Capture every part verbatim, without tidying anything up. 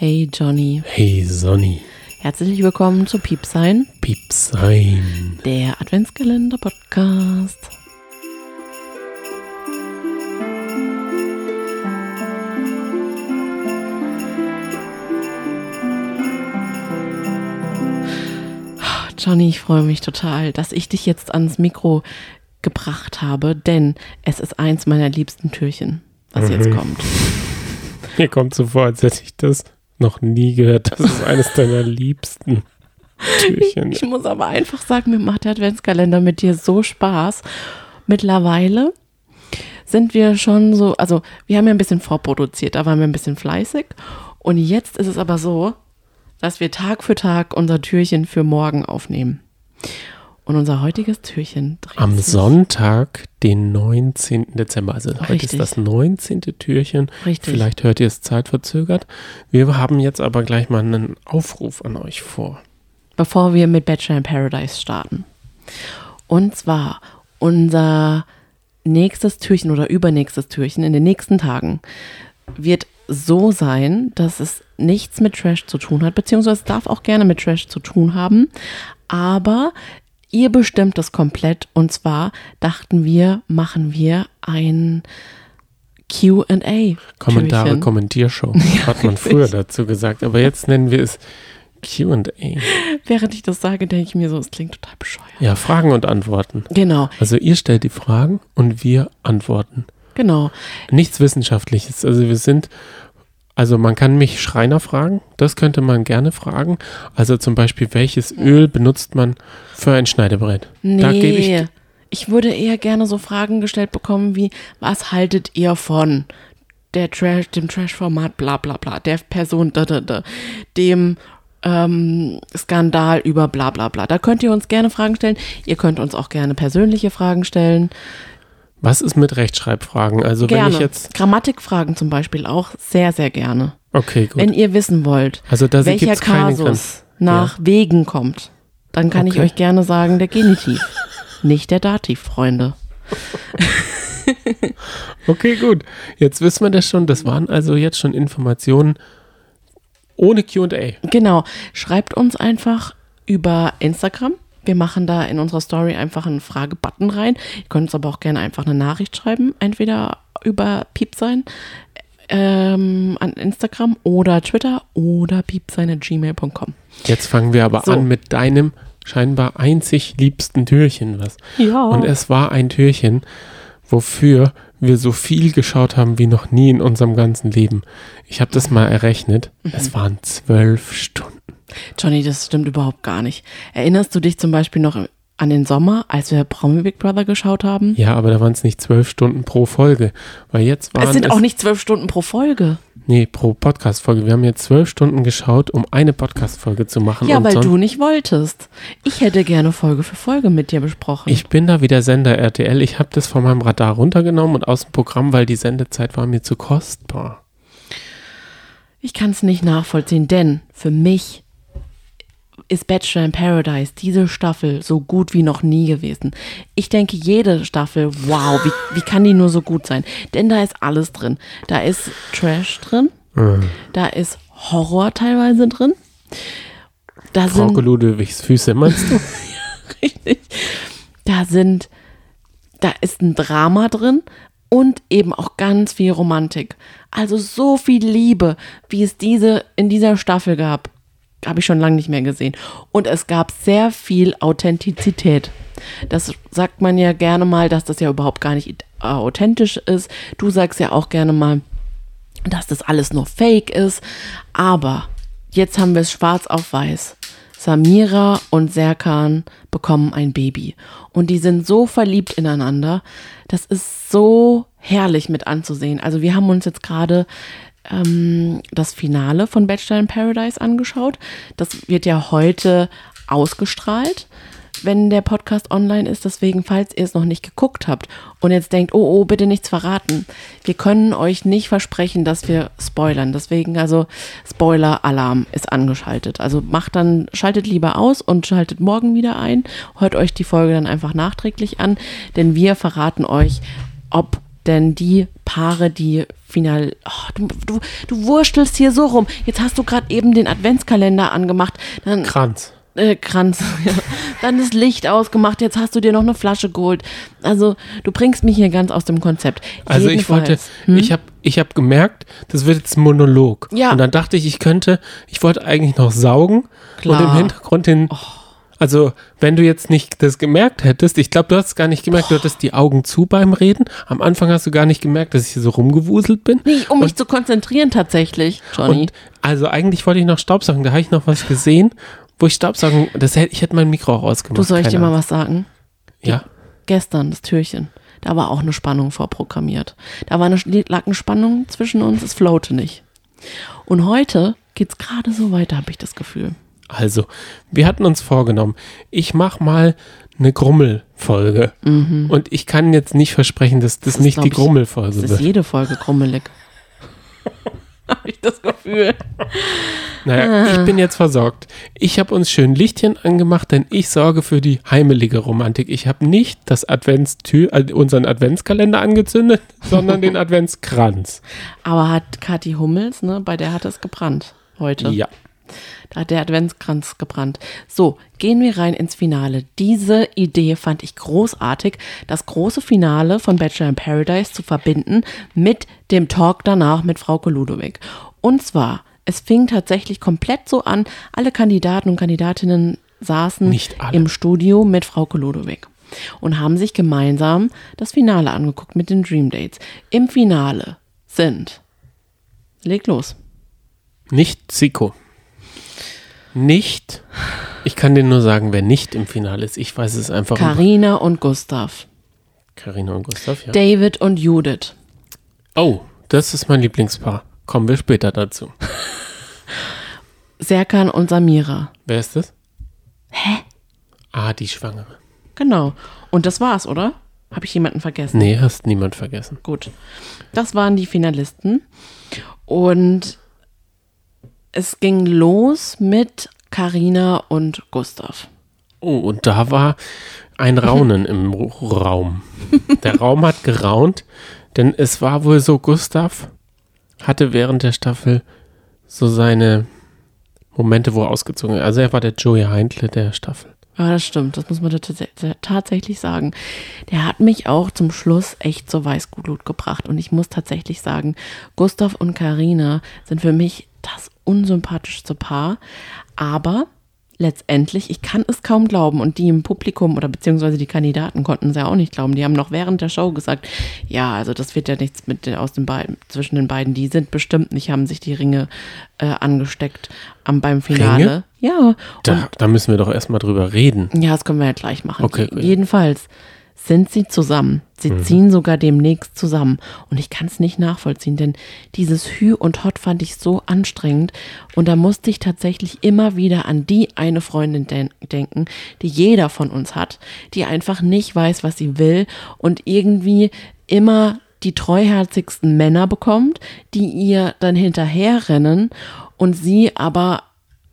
Hey Johnny. Hey Sonny. Herzlich willkommen zu Piepsein. Piepsein. Der Adventskalender-Podcast. Johnny, ich freue mich total, dass ich dich jetzt ans Mikro gebracht habe, denn es ist eins meiner liebsten Türchen, was mhm. jetzt kommt. Mir kommt so vor, als hätte ich das noch nie gehört. Das ist eines deiner liebsten Türchen. Ich, ich muss aber einfach sagen, mir macht der Adventskalender mit dir so Spaß. Mittlerweile sind wir schon so, also wir haben ja ein bisschen vorproduziert, da waren wir ein bisschen fleißig. Und jetzt ist es aber so, dass wir Tag für Tag unser Türchen für morgen aufnehmen. Und unser heutiges Türchen dreht Am sich Sonntag, den neunzehnten Dezember. Also heute Richtig. ist das neunzehnte Türchen. Richtig. Vielleicht hört ihr es zeitverzögert. Wir haben jetzt aber gleich mal einen Aufruf an euch vor. Bevor wir mit Bachelor in Paradise starten. Und zwar unser nächstes Türchen oder übernächstes Türchen in den nächsten Tagen wird so sein, dass es nichts mit Trash zu tun hat, beziehungsweise es darf auch gerne mit Trash zu tun haben, aber ihr bestimmt das komplett. Und zwar dachten wir, machen wir ein Q and A. Kommentare, Türchen. Kommentiershow, hat man früher dazu gesagt. Aber jetzt nennen wir es Q and A. Während ich das sage, denke ich mir so, es klingt total bescheuert. Ja, Fragen und Antworten. Genau. Also ihr stellt die Fragen und wir antworten. Genau. Nichts Wissenschaftliches. Also wir sind, also man kann mich Schreiner fragen, das könnte man gerne fragen. Also zum Beispiel, welches Öl benutzt man für ein Schneidebrett? Nee, Da gebe ich, ich würde eher gerne so Fragen gestellt bekommen wie, was haltet ihr von der Trash, dem Trash-Format, bla bla bla, der Person, da, da, da, dem ähm, Skandal über bla bla bla. Da könnt ihr uns gerne Fragen stellen. Ihr könnt uns auch gerne persönliche Fragen stellen. was ist mit Rechtschreibfragen? Also Gerne. wenn ich jetzt, Grammatikfragen zum Beispiel auch sehr, sehr gerne. okay, gut. Wenn ihr wissen wollt, Also da welcher gibt es keine Kasus Grenzen. nach Wegen kommt, dann kann ich Okay. euch gerne sagen, der Genitiv, nicht der Dativ, Freunde. Okay, gut. Jetzt wissen wir das schon. Das waren also jetzt schon Informationen ohne Q and A. Genau, schreibt uns einfach über Instagram. Wir machen da in unserer Story einfach einen Fragebutton rein. Ihr könnt uns aber auch gerne einfach eine Nachricht schreiben, entweder über Piepsein ähm, an Instagram oder Twitter oder piepsein at gmail punkt com. Jetzt fangen wir aber So. an mit deinem scheinbar einzig liebsten Türchen. Was. Ja. Und es war ein Türchen, wofür wir so viel geschaut haben wie noch nie in unserem ganzen Leben. Ich habe das mal errechnet. Es waren zwölf Stunden. Johnny, das stimmt überhaupt gar nicht. Erinnerst du dich zum Beispiel noch an den Sommer, als wir Promi Big Brother geschaut haben? Ja, aber da waren es nicht zwölf Stunden pro Folge. Weil jetzt waren Es sind auch nicht zwölf Stunden pro Folge. Nee, pro Podcast-Folge. Wir haben jetzt zwölf Stunden geschaut, um eine Podcast-Folge zu machen. Ja, und weil son- du nicht wolltest. Ich hätte gerne Folge für Folge mit dir besprochen. Ich bin da wie der Sender R T L. Ich habe das von meinem Radar runtergenommen und aus dem Programm, weil die Sendezeit war mir zu kostbar. Ich kann es nicht nachvollziehen, denn für mich ist Bachelor in Paradise, diese Staffel, so gut wie noch nie gewesen. Ich denke, jede Staffel, wow, wie, wie kann die nur so gut sein? Denn da ist alles drin. Da ist Trash drin, Mhm. da ist Horror teilweise drin. Da Frauke sind, Ludewigs Füße, meinst du? richtig, da sind, da ist ein Drama drin und eben auch ganz viel Romantik. Also so viel Liebe, wie es diese in dieser Staffel gab, habe ich schon lange nicht mehr gesehen. Und es gab sehr viel Authentizität. Das sagt man ja gerne mal, dass das ja überhaupt gar nicht authentisch ist. Du sagst ja auch gerne mal, dass das alles nur Fake ist. Aber jetzt haben wir es schwarz auf weiß. Samira und Serkan bekommen ein Baby. Und die sind so verliebt ineinander. Das ist so herrlich mit anzusehen. Also wir haben uns jetzt gerade ähm, das Finale von Bachelor in Paradise angeschaut. Das wird ja heute ausgestrahlt, wenn der Podcast online ist. Deswegen, falls ihr es noch nicht geguckt habt und jetzt denkt, oh, oh, bitte nichts verraten. Wir können euch nicht versprechen, dass wir spoilern. Deswegen, also Spoiler-Alarm ist angeschaltet. Also macht dann, schaltet lieber aus und schaltet morgen wieder ein. Hört euch die Folge dann einfach nachträglich an, denn wir verraten euch, ob denn die Paare, die final... Oh, du, du, du wurstelst hier so rum. Jetzt hast du gerade eben den Adventskalender angemacht. Dann, Kranz. Äh, Kranz, ja. Dann das Licht ausgemacht, jetzt hast du dir noch eine Flasche geholt. Also du bringst mich hier ganz aus dem Konzept. Also Jedenfalls, ich wollte, hm? ich habe ich hab gemerkt, das wird jetzt ein Monolog. Ja. Und dann dachte ich, ich könnte, ich wollte eigentlich noch saugen Klar. und im Hintergrund den, Oh. also wenn du jetzt nicht das gemerkt hättest, ich glaube, du hast es gar nicht gemerkt, du hattest die Augen zu beim Reden. Am Anfang hast du gar nicht gemerkt, dass ich hier so rumgewuselt bin. Nee, um mich und, zu konzentrieren tatsächlich, Johnny. Und also eigentlich wollte ich noch Staubsaugen, da habe ich noch was gesehen, wo ich Staubsaugen, das hätte, ich hätte mein Mikro auch ausgemacht. Du, soll ich keine dir mal Ahnung. was sagen? Ja. Gestern, das Türchen, da war auch eine Spannung vorprogrammiert. Da war eine, lag eine Spannung zwischen uns, es flowte nicht. Und heute geht's gerade so weiter, habe ich das Gefühl. Also, wir hatten uns vorgenommen, ich mache mal eine Grummelfolge. Mhm. Und ich kann jetzt nicht versprechen, dass das, Das ist, nicht glaub die ich, Grummelfolge Das ist wird. jede Folge grummelig. habe ich das Gefühl. Naja, ich bin jetzt versorgt. Ich habe uns schön Lichtchen angemacht, denn ich sorge für die heimelige Romantik. Ich habe nicht das Adventstür, äh, unseren Adventskalender angezündet, sondern den Adventskranz. Aber hat Kathi Hummels, ne, bei der hat es gebrannt heute. Ja. Da hat der Adventskranz gebrannt. So, gehen wir rein ins Finale. Diese Idee fand ich großartig, das große Finale von Bachelor in Paradise zu verbinden mit dem Talk danach mit Frauke Ludowig. Und zwar, es fing tatsächlich komplett so an, alle Kandidaten und Kandidatinnen saßen Nicht alle. im Studio mit Frauke Ludowig und haben sich gemeinsam das Finale angeguckt mit den Dream Dates. Im Finale sind, leg los. Nicht Zico. Nicht, ich kann dir nur sagen, wer nicht im Finale ist. Ich weiß es einfach. Carina und Gustav. Carina und Gustav, ja. David und Judith. Oh, das ist mein Lieblingspaar. Kommen wir später dazu. Serkan und Samira. Wer ist das? Hä? Ah, die Schwangere. Genau. Und das war's, oder? Habe ich jemanden vergessen? Nee, hast niemand vergessen. Gut. Das waren die Finalisten. Und es ging los mit Carina und Gustav. Oh, und da war ein Raunen im Raum. Der Raum hat geraunt, denn es war wohl so, Gustav hatte während der Staffel so seine Momente, wo er ausgezogen ist. Also er war der Joey Heindle der Staffel. Ja, das stimmt. Das muss man tats- tatsächlich sagen. Der hat mich auch zum Schluss echt zur Weißglut gebracht. Und ich muss tatsächlich sagen, Gustav und Carina sind für mich das unsympathischste Paar. Aber letztendlich, ich kann es kaum glauben. Und die im Publikum oder beziehungsweise die Kandidaten konnten es ja auch nicht glauben. Die haben noch während der Show gesagt, ja, also das wird ja nichts mit den, aus den beiden, zwischen den beiden. Die sind bestimmt nicht, haben sich die Ringe äh, angesteckt am, beim Finale. Ringe? Ja. Da, da müssen wir doch erstmal drüber reden. Ja, das können wir ja gleich machen. Okay, gut. Jedenfalls sind sie zusammen. Sie Mhm. ziehen sogar demnächst zusammen. Und ich kann es nicht nachvollziehen, denn dieses Hü und Hot fand ich so anstrengend. Und da musste ich tatsächlich immer wieder an die eine Freundin den- denken, die jeder von uns hat, die einfach nicht weiß, was sie will und irgendwie immer die treuherzigsten Männer bekommt, die ihr dann hinterherrennen und sie aber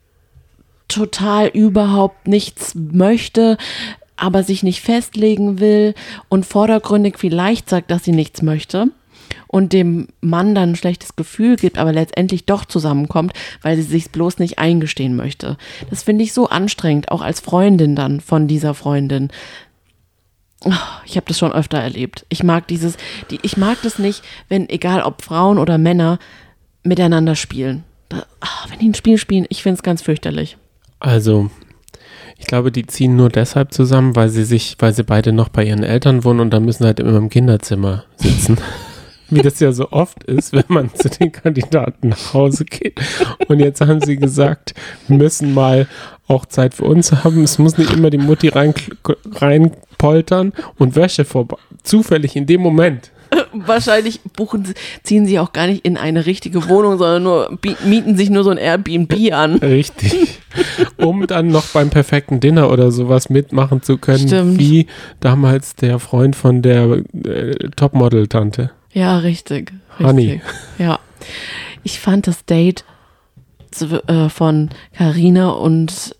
total überhaupt nichts möchte, aber sich nicht festlegen will und vordergründig vielleicht sagt, dass sie nichts möchte und dem Mann dann ein schlechtes Gefühl gibt, aber letztendlich doch zusammenkommt, weil sie sich bloß nicht eingestehen möchte. Das finde ich so anstrengend, auch als Freundin dann von dieser Freundin. Oh, ich habe das schon öfter erlebt. Ich mag dieses, die, ich mag das nicht, wenn, egal ob Frauen oder Männer, miteinander spielen. Da, ah, wenn die ein Spiel spielen, ich finde es ganz fürchterlich. Also, ich glaube, die ziehen nur deshalb zusammen, weil sie sich, weil sie beide noch bei ihren Eltern wohnen und dann müssen halt immer im Kinderzimmer sitzen. Wie das ja so oft ist, wenn man zu den Kandidaten nach Hause geht. Und jetzt haben sie gesagt, wir müssen mal auch Zeit für uns haben. Es muss nicht immer die Mutti rein, reinpoltern und Wäsche vorbei. Zufällig in dem Moment. Wahrscheinlich buchen, sie- ziehen sie auch gar nicht in eine richtige Wohnung, sondern nur bi- mieten sich nur so ein Airbnb an. Richtig. Um dann noch beim perfekten Dinner oder sowas mitmachen zu können, Stimmt. wie damals der Freund von der äh, Topmodel-Tante. Ja, richtig. richtig. Honey. Ja. Ich fand das Date zu, äh, von Carina und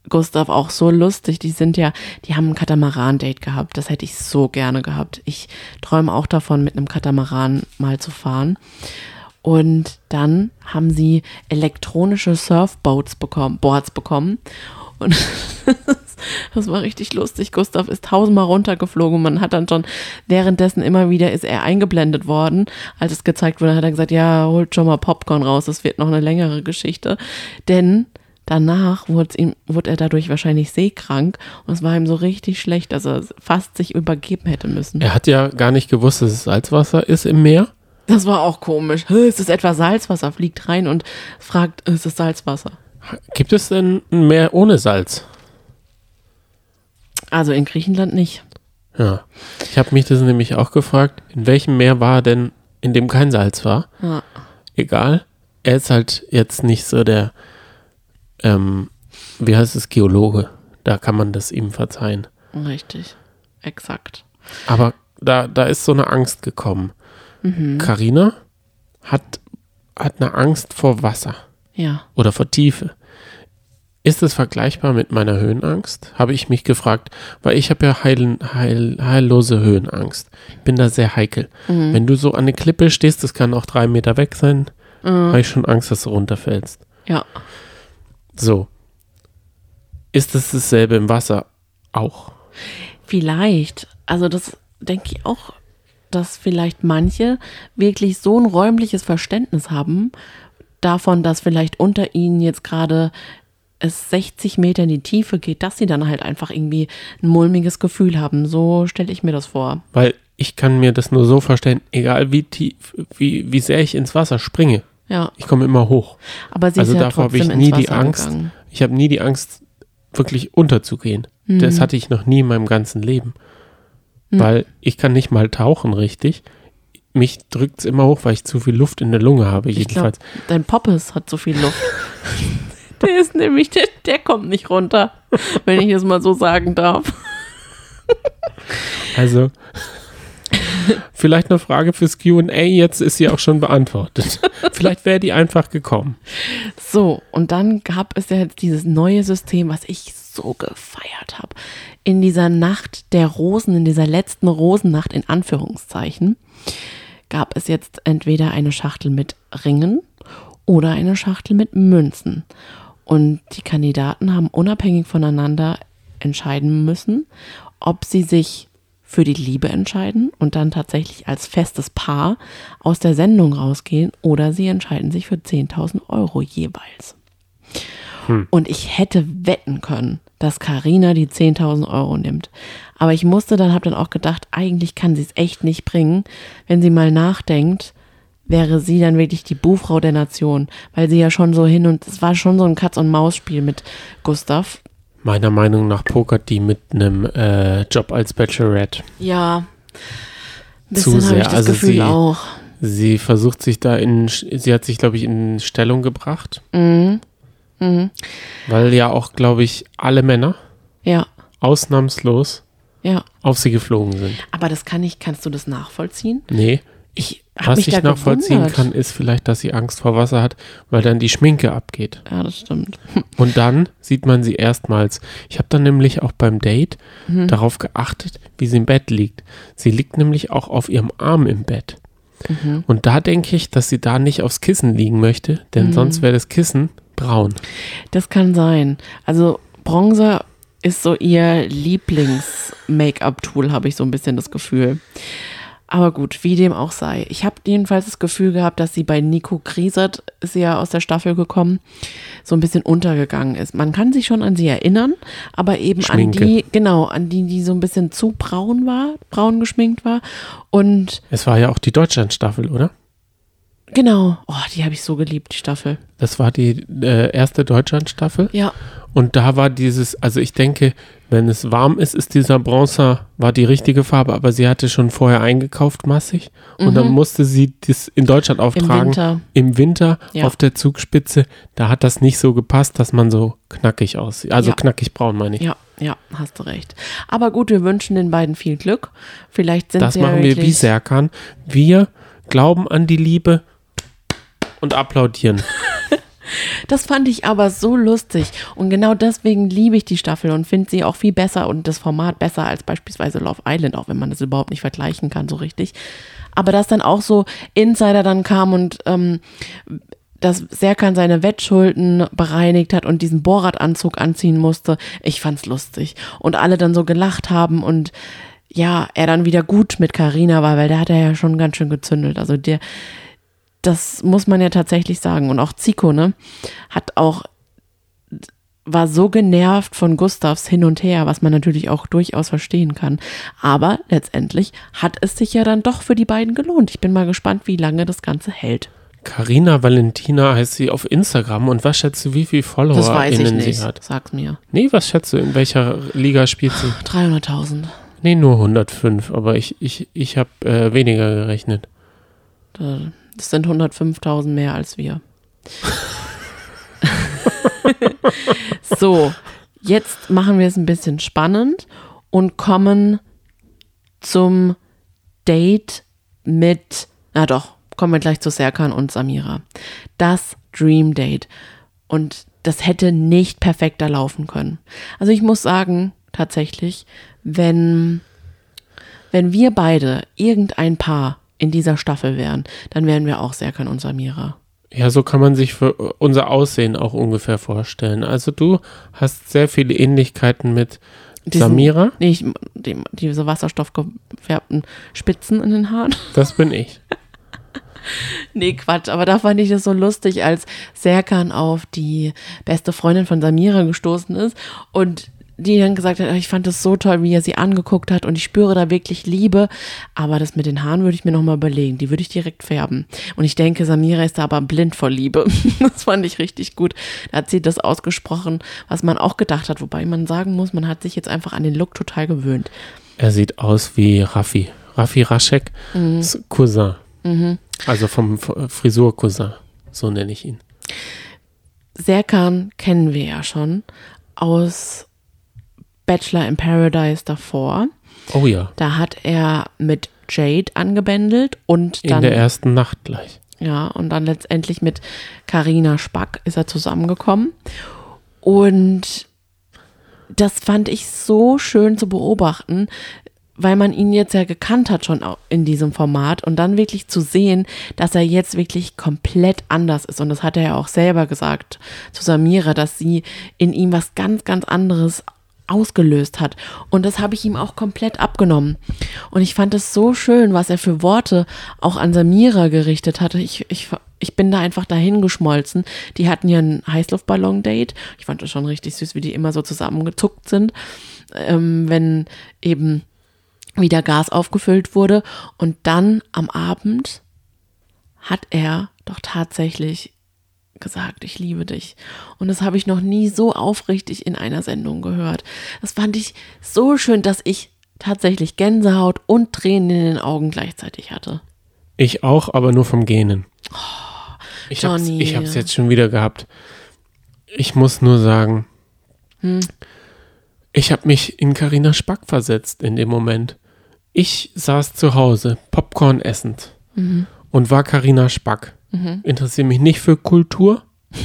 Gustav auch so lustig. Die sind ja, die haben ein Katamaran-Date gehabt. Das hätte ich so gerne gehabt. Ich träume auch davon, mit einem Katamaran mal zu fahren. Und dann haben sie elektronische Surfboards bekommen, Boards bekommen. Und das war richtig lustig. Gustav ist tausendmal runtergeflogen und man hat dann schon währenddessen immer wieder ist er eingeblendet worden. Als es gezeigt wurde, hat er gesagt, ja, holt schon mal Popcorn raus, das wird noch eine längere Geschichte. Denn danach wurde, ihm, wurde er dadurch wahrscheinlich seekrank und es war ihm so richtig schlecht, dass er fast sich übergeben hätte müssen. Er hat ja gar nicht gewusst, dass es Salzwasser ist im Meer. Das war auch komisch. Ist es etwa Salzwasser? Fliegt rein und fragt, ist es Salzwasser? Gibt es denn ein Meer ohne Salz? Also in Griechenland nicht. Ja, ich habe mich das nämlich auch gefragt, in welchem Meer war er denn, in dem kein Salz war? Ja. Egal, er ist halt jetzt nicht so der, ähm, wie heißt es, Geologe. Da kann man das ihm verzeihen. Richtig, exakt. Aber da, da ist so eine Angst gekommen. Carina mhm. hat, hat eine Angst vor Wasser. Ja. Oder vor Tiefe. Ist es vergleichbar mit meiner Höhenangst? Habe ich mich gefragt, weil ich habe ja heil, heil, heillose Höhenangst. Ich bin da sehr heikel. Mhm. Wenn du so an eine Klippe stehst, das kann auch drei Meter weg sein, mhm. habe ich schon Angst, dass du runterfällst. Ja. So. Ist es dasselbe im Wasser auch? Vielleicht. Also das denke ich auch, dass vielleicht manche wirklich so ein räumliches Verständnis haben davon, dass vielleicht unter ihnen jetzt gerade es sechzig Meter in die Tiefe geht, dass sie dann halt einfach irgendwie ein mulmiges Gefühl haben. So stelle ich mir das vor. Weil ich kann mir das nur so vorstellen, egal wie tief, wie, wie sehr ich ins Wasser springe, ja. ich komme immer hoch. Aber sie also ist ja davor habe ich trotzdem nie ins die Wasser Angst. gegangen. Ich habe nie die Angst, wirklich unterzugehen. Mhm. Das hatte ich noch nie in meinem ganzen Leben. Mhm. Weil ich kann nicht mal tauchen richtig. Mich drückt es immer hoch, weil ich zu viel Luft in der Lunge habe, jedenfalls. Ich glaub, dein Poppes hat zu viel Luft. Der ist nämlich, der, der kommt nicht runter, wenn ich es mal so sagen darf. Also, vielleicht eine Frage fürs Q und A, jetzt ist sie auch schon beantwortet. Vielleicht wäre die einfach gekommen. So, und dann gab es ja jetzt dieses neue System, was ich so gefeiert habe. In dieser Nacht der Rosen, in dieser letzten Rosennacht in Anführungszeichen, gab es jetzt entweder eine Schachtel mit Ringen oder eine Schachtel mit Münzen. Und die Kandidaten haben unabhängig voneinander entscheiden müssen, ob sie sich für die Liebe entscheiden und dann tatsächlich als festes Paar aus der Sendung rausgehen oder sie entscheiden sich für zehntausend Euro jeweils. Hm. Und ich hätte wetten können, dass Carina die zehntausend Euro nimmt. Aber ich musste dann, habe dann auch gedacht, eigentlich kann sie es echt nicht bringen. Wenn sie mal nachdenkt, wäre sie dann wirklich die Buhfrau der Nation, weil sie ja schon so hin und es war schon so ein Katz-und-Maus-Spiel mit Gustav. Meiner Meinung nach pokert die mit einem äh, Job als Bachelorette. Ja, ein bisschen bisschen habe ich das also Gefühl sie, auch. Sie versucht sich da in, sie hat sich, glaube ich, in Stellung gebracht. Mhm. Mhm. Weil ja auch, glaube ich, alle Männer ja. ausnahmslos ja. auf sie geflogen sind. Aber das kann ich, kannst du das nachvollziehen? Nee. Ich Was mich ich da nachvollziehen gewundert. kann, ist vielleicht, dass sie Angst vor Wasser hat, weil dann die Schminke abgeht. Ja, das stimmt. Und dann sieht man sie erstmals. Ich habe dann nämlich auch beim Date Mhm. darauf geachtet, wie sie im Bett liegt. Sie liegt nämlich auch auf ihrem Arm im Bett. Mhm. Und da denke ich, dass sie da nicht aufs Kissen liegen möchte, denn Mhm. sonst wäre das Kissen braun. Das kann sein. Also Bronzer ist so ihr Lieblings-Make-up-Tool, habe ich so ein bisschen das Gefühl. Aber gut, wie dem auch sei. Ich habe jedenfalls das Gefühl gehabt, dass sie bei Nico Griesert, ist sie ja aus der Staffel gekommen, so ein bisschen untergegangen ist. Man kann sich schon an sie erinnern, aber eben Schminke. an die, genau, an die, die so ein bisschen zu braun war, braun geschminkt war. Und Es war ja auch die Deutschland-Staffel, oder? genau, oh, die habe ich so geliebt, die Staffel. Das war die äh, erste Deutschland-Staffel. Ja, Und da war dieses, also ich denke, wenn es warm ist, ist dieser Bronzer, war die richtige Farbe, aber sie hatte schon vorher eingekauft massig und Mhm. dann musste sie das in Deutschland auftragen. Winter. Im Winter Ja. auf der Zugspitze, da hat das nicht so gepasst, dass man so knackig aussieht. Also Ja. knackig braun, meine ich. ja, ja, hast du recht. Aber gut, wir wünschen den beiden viel Glück. Vielleicht sind Das sie ja machen wir wirklich, wie Serkan. Wir glauben an die Liebe und applaudieren. Das fand ich aber so lustig. Und genau deswegen liebe ich die Staffel und finde sie auch viel besser und das Format besser als beispielsweise Love Island, auch wenn man das überhaupt nicht vergleichen kann so richtig. Aber dass dann auch so Insider dann kam und ähm, dass Serkan seine Wettschulden bereinigt hat und diesen Borat-Anzug anziehen musste, ich fand's lustig. Und alle dann so gelacht haben und ja, er dann wieder gut mit Carina war, weil der hat er ja schon ganz schön gezündelt. Also der, das muss man ja tatsächlich sagen. Und auch Zico, ne, hat auch, war so genervt von Gustavs Hin und Her, was man natürlich auch durchaus verstehen kann. Aber letztendlich hat es sich ja dann doch für die beiden gelohnt. Ich bin mal gespannt, wie lange das Ganze hält. Carina Valentina heißt sie auf Instagram. Und was schätzt du, wie viele Follower das weiß ich nicht. sie hat? Sag's mir. Nee, was schätzt du, in welcher Liga spielt sie? dreihunderttausend. Nee, nur hundertfünf, aber ich, ich, ich habe äh, weniger gerechnet. Das sind hundertfünftausend mehr als wir. So, jetzt machen wir es ein bisschen spannend und kommen zum Date mit, na doch, kommen wir gleich zu Serkan und Samira. Das Dream Date. Und das hätte nicht perfekter laufen können. Also ich muss sagen, tatsächlich, wenn, wenn wir beide irgendein Paar in dieser Staffel wären, dann wären wir auch Serkan und Samira. Ja, so kann man sich für unser Aussehen auch ungefähr vorstellen. Also du hast sehr viele Ähnlichkeiten mit Diesen, Samira. Nee, ich, die, diese wasserstoffgefärbten Spitzen in den Haaren. Das bin ich. Nee, Quatsch, aber da fand ich das so lustig, als Serkan auf die beste Freundin von Samira gestoßen ist und die dann gesagt hat, ich fand das so toll, wie er sie angeguckt hat und ich spüre da wirklich Liebe, aber das mit den Haaren würde ich mir nochmal überlegen, die würde ich direkt färben. Und ich denke, Samira ist da aber blind vor Liebe. Das fand ich richtig gut. Da hat sie das ausgesprochen, was man auch gedacht hat, wobei man sagen muss, man hat sich jetzt einfach an den Look total gewöhnt. Er sieht aus wie Raffi. Raffi Raschek, mhm. Cousin. Mhm. Also vom Frisur-Cousin, so nenne ich ihn. Serkan kennen wir ja schon aus Bachelor in Paradise davor. Oh ja. Da hat er mit Jade angebändelt und dann. In der ersten Nacht gleich. Ja, und dann letztendlich mit Carina Spack ist er zusammengekommen. Und das fand ich so schön zu beobachten, weil man ihn jetzt ja gekannt hat schon in diesem Format und dann wirklich zu sehen, dass er jetzt wirklich komplett anders ist. Und das hat er ja auch selber gesagt zu Samira, dass sie in ihm was ganz, ganz anderes ausgelöst hat. Und das habe ich ihm auch komplett abgenommen. Und ich fand es so schön, was er für Worte auch an Samira gerichtet hatte. Ich, ich, ich bin da einfach dahin geschmolzen. Die hatten ja ein Heißluftballon-Date. Ich fand das schon richtig süß, wie die immer so zusammengezuckt sind, ähm, wenn eben wieder Gas aufgefüllt wurde. Und dann am Abend hat er doch tatsächlich gesagt, ich liebe dich. Und das habe ich noch nie so aufrichtig in einer Sendung gehört. Das fand ich so schön, dass ich tatsächlich Gänsehaut und Tränen in den Augen gleichzeitig hatte. Ich auch, aber nur vom Gähnen. Oh, ich hab's, ich hab's jetzt schon wieder gehabt. Ich muss nur sagen, hm. ich habe mich in Carina Spack versetzt in dem Moment. Ich saß zu Hause, Popcorn essend mhm. und war Carina Spack. Mhm. Interessiere mich nicht für Kultur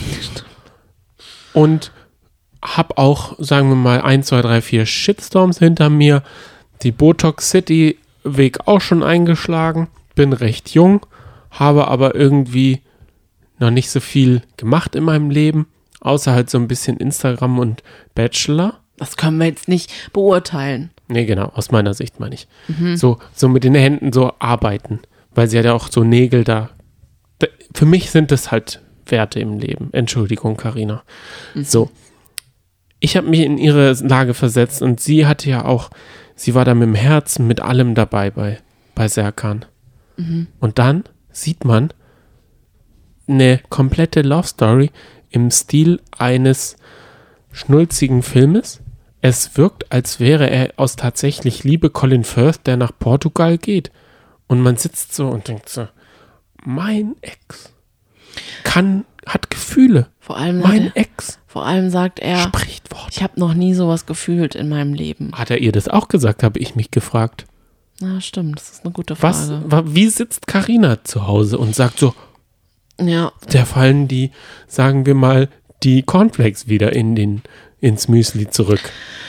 und habe auch, sagen wir mal, eins, zwei, drei, vier Shitstorms hinter mir, die Botox City Weg auch schon eingeschlagen, bin recht jung, habe aber irgendwie noch nicht so viel gemacht in meinem Leben, außer halt so ein bisschen Instagram und Bachelor. Das können wir jetzt nicht beurteilen. Nee, genau, aus meiner Sicht meine ich. Mhm. So, so mit den Händen so arbeiten, weil sie hat ja auch so Nägel da. Für mich sind das halt Werte im Leben. Entschuldigung, Carina. Mhm. So. Ich habe mich in ihre Lage versetzt und sie hatte ja auch, sie war da mit dem Herzen, mit allem dabei bei, bei Serkan. Mhm. Und dann sieht man eine komplette Love Story im Stil eines schnulzigen Filmes. Es wirkt, als wäre er aus tatsächlich Liebe Colin Firth, der nach Portugal geht. Und man sitzt so und denkt so, mein Ex kann, hat Gefühle. Vor allem mein er, Ex. Vor allem sagt er, spricht Worte. Ich habe noch nie sowas gefühlt in meinem Leben. Hat er ihr das auch gesagt, habe ich mich gefragt. Na, stimmt, das ist eine gute Frage. Was, wie sitzt Carina zu Hause und sagt so, Ja. Da fallen die, sagen wir mal, die Cornflakes wieder in den, ins Müsli zurück.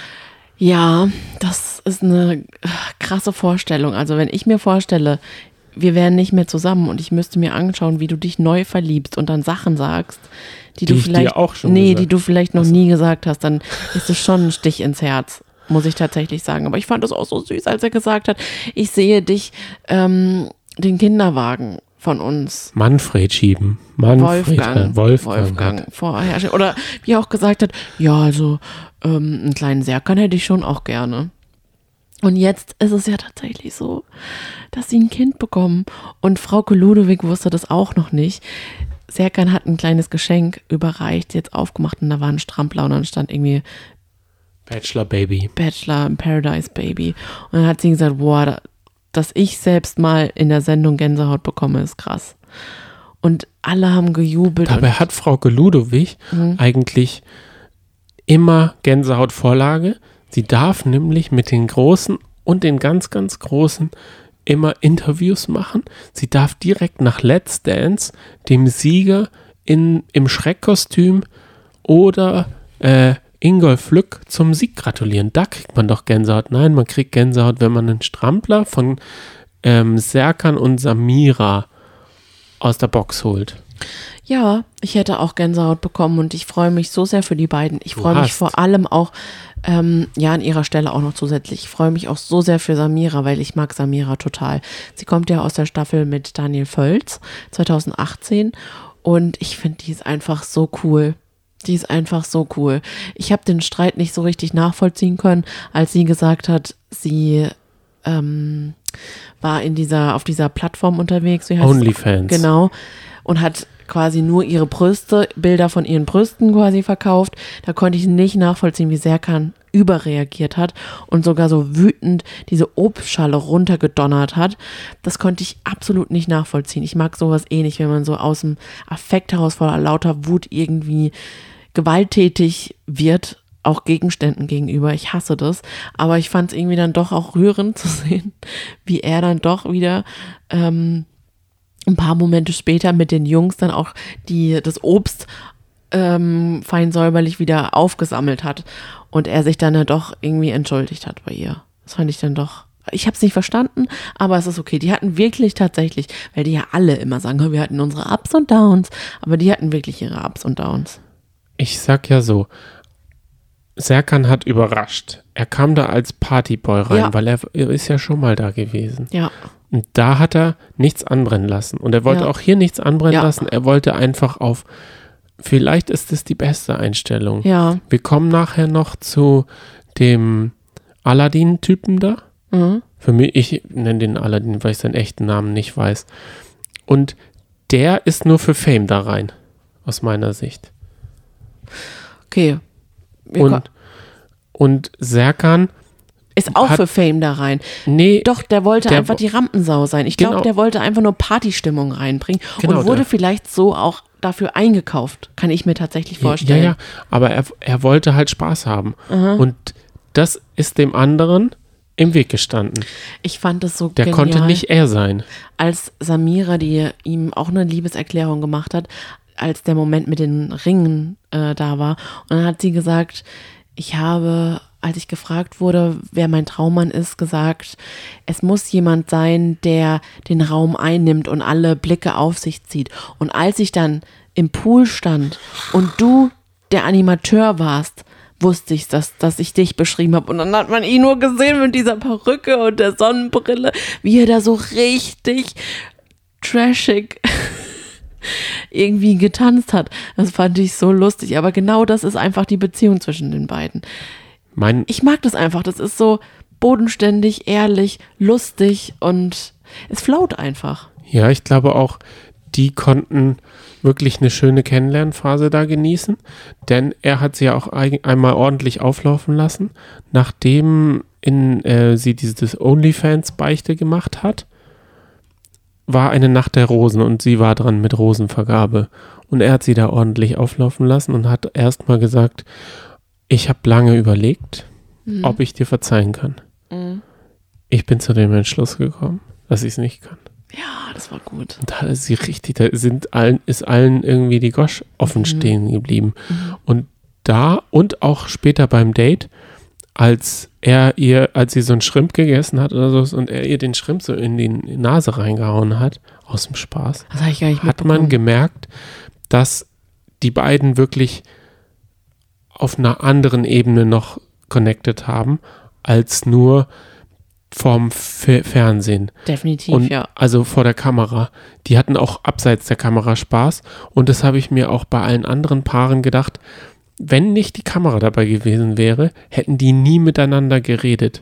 Ja, das ist eine krasse Vorstellung. Also wenn ich mir vorstelle, wir wären nicht mehr zusammen und ich müsste mir anschauen, wie du dich neu verliebst und dann Sachen sagst, die, Die du ich dir vielleicht auch schon nee, gesagt. die du vielleicht noch Also. nie gesagt hast, dann ist es schon ein Stich ins Herz, muss ich tatsächlich sagen. Aber ich fand es auch so süß, als er gesagt hat, ich sehe dich ähm, den Kinderwagen von uns. Manfred schieben. Manfred, Wolfgang, Wolfgang. Wolfgang vorher. Oder wie er auch gesagt hat, ja, also ähm, einen kleinen Serkan hätte ich schon auch gerne. Und jetzt ist es ja tatsächlich so, dass sie ein Kind bekommen. Und Frauke Ludewig wusste das auch noch nicht. Serkan hat ein kleines Geschenk überreicht, jetzt aufgemacht und da war ein Strampler und dann stand irgendwie Bachelor Baby. Bachelor in Paradise Baby. Und dann hat sie gesagt, boah, da, dass ich selbst mal in der Sendung Gänsehaut bekomme, ist krass. Und alle haben gejubelt. Dabei hat Frauke Ludewig Mhm. eigentlich immer Gänsehaut-Vorlage. Sie darf nämlich mit den Großen und den ganz, ganz Großen immer Interviews machen. Sie darf direkt nach Let's Dance dem Sieger in, im Schreckkostüm oder äh, Ingolf Lück zum Sieg gratulieren. Da kriegt man doch Gänsehaut. Nein, man kriegt Gänsehaut, wenn man einen Strampler von ähm, Serkan und Samira aus der Box holt. Ja, ich hätte auch Gänsehaut bekommen und ich freue mich so sehr für die beiden. Ich Du freue mich hast. vor allem auch, ähm, ja, an ihrer Stelle auch noch zusätzlich. Ich freue mich auch so sehr für Samira, weil ich mag Samira total. Sie kommt ja aus der Staffel mit Daniel Völz zwanzig achtzehn und ich finde, die ist einfach so cool. Die ist einfach so cool. Ich habe den Streit nicht so richtig nachvollziehen können, als sie gesagt hat, sie ähm, war in dieser, auf dieser Plattform unterwegs. Wie heißt es? OnlyFans. Genau. Und hat quasi nur ihre Brüste, Bilder von ihren Brüsten quasi verkauft. Da konnte ich nicht nachvollziehen, wie Serkan überreagiert hat und sogar so wütend diese Obstschale runtergedonnert hat. Das konnte ich absolut nicht nachvollziehen. Ich mag sowas eh nicht, wenn man so aus dem Affekt heraus vor lauter Wut irgendwie gewalttätig wird, auch Gegenständen gegenüber. Ich hasse das. Aber ich fand es irgendwie dann doch auch rührend zu sehen, wie er dann doch wieder ähm, ein paar Momente später mit den Jungs dann auch die, das Obst ähm, fein säuberlich wieder aufgesammelt hat und er sich dann ja doch irgendwie entschuldigt hat bei ihr. Das fand ich dann doch, ich habe es nicht verstanden, aber es ist okay. Die hatten wirklich tatsächlich, weil die ja alle immer sagen, wir hatten unsere Ups und Downs, aber die hatten wirklich ihre Ups und Downs. Ich sag ja so, Serkan hat überrascht. Er kam da als Partyboy rein, Ja. weil er, er ist ja schon mal da gewesen. Ja, Und da hat er nichts anbrennen lassen. Und er wollte Ja. auch hier nichts anbrennen Ja. lassen. Er wollte einfach auf, vielleicht ist es die beste Einstellung. ja. Wir kommen nachher noch zu dem Aladdin-Typen da. Mhm. Für mich, ich nenne den Aladdin, weil ich seinen echten Namen nicht weiß. Und der ist nur für Fame da rein, aus meiner Sicht. Okay. Wir ko- Und, und Serkan, ist auch hat- für Fame da rein. nee, Doch, der wollte Der einfach wo- die Rampensau sein. Ich glaube, Genau. der wollte einfach nur Partystimmung reinbringen Genau, und wurde der- vielleicht so auch dafür eingekauft. Kann ich mir tatsächlich vorstellen. ja, ja, aber er, er wollte halt Spaß haben. Und das ist dem anderen im Weg gestanden. Ich fand es so Der genial, konnte nicht er sein. als Samira, die ihm auch eine Liebeserklärung gemacht hat, als der Moment mit den Ringen äh, da war. Und dann hat sie gesagt, ich habe, als ich gefragt wurde, wer mein Traummann ist, gesagt, es muss jemand sein, der den Raum einnimmt und alle Blicke auf sich zieht. Und als ich dann im Pool stand und du der Animateur warst, wusste ich, dass, dass ich dich beschrieben habe. Und dann hat man ihn nur gesehen mit dieser Perücke und der Sonnenbrille, wie er da so richtig trashig irgendwie getanzt hat. Das fand ich so lustig. Aber genau das ist einfach die Beziehung zwischen den beiden. Mein, Ich mag das einfach. Das ist so bodenständig, ehrlich, lustig und es float einfach. ja, ich glaube auch, die konnten wirklich eine schöne Kennenlernphase da genießen, denn er hat sie ja auch ein, einmal ordentlich auflaufen lassen, nachdem in, äh, sie dieses OnlyFans-Beichte gemacht hat, war eine Nacht der Rosen und sie war dran mit Rosenvergabe. Und er hat sie da ordentlich auflaufen lassen und hat erstmal gesagt, ich habe lange überlegt, Mhm. ob ich dir verzeihen kann. Mhm. Ich bin zu dem Entschluss gekommen, dass ich es nicht kann. Ja, das war gut. Da ist sie richtig, da sind allen, ist allen irgendwie die Gosch offen mhm. stehen geblieben. Mhm. Und da und auch später beim Date, als er ihr, als sie so einen Shrimp gegessen hat oder so und er ihr den Shrimp so in die Nase reingehauen hat, aus dem Spaß, das hab ich gar nicht hat man gemerkt, dass die beiden wirklich auf einer anderen Ebene noch connected haben, als nur vorm F- Fernsehen. Definitiv, und, ja. Also vor der Kamera. Die hatten auch abseits der Kamera Spaß und das habe ich mir auch bei allen anderen Paaren gedacht, wenn nicht die Kamera dabei gewesen wäre, hätten die nie miteinander geredet.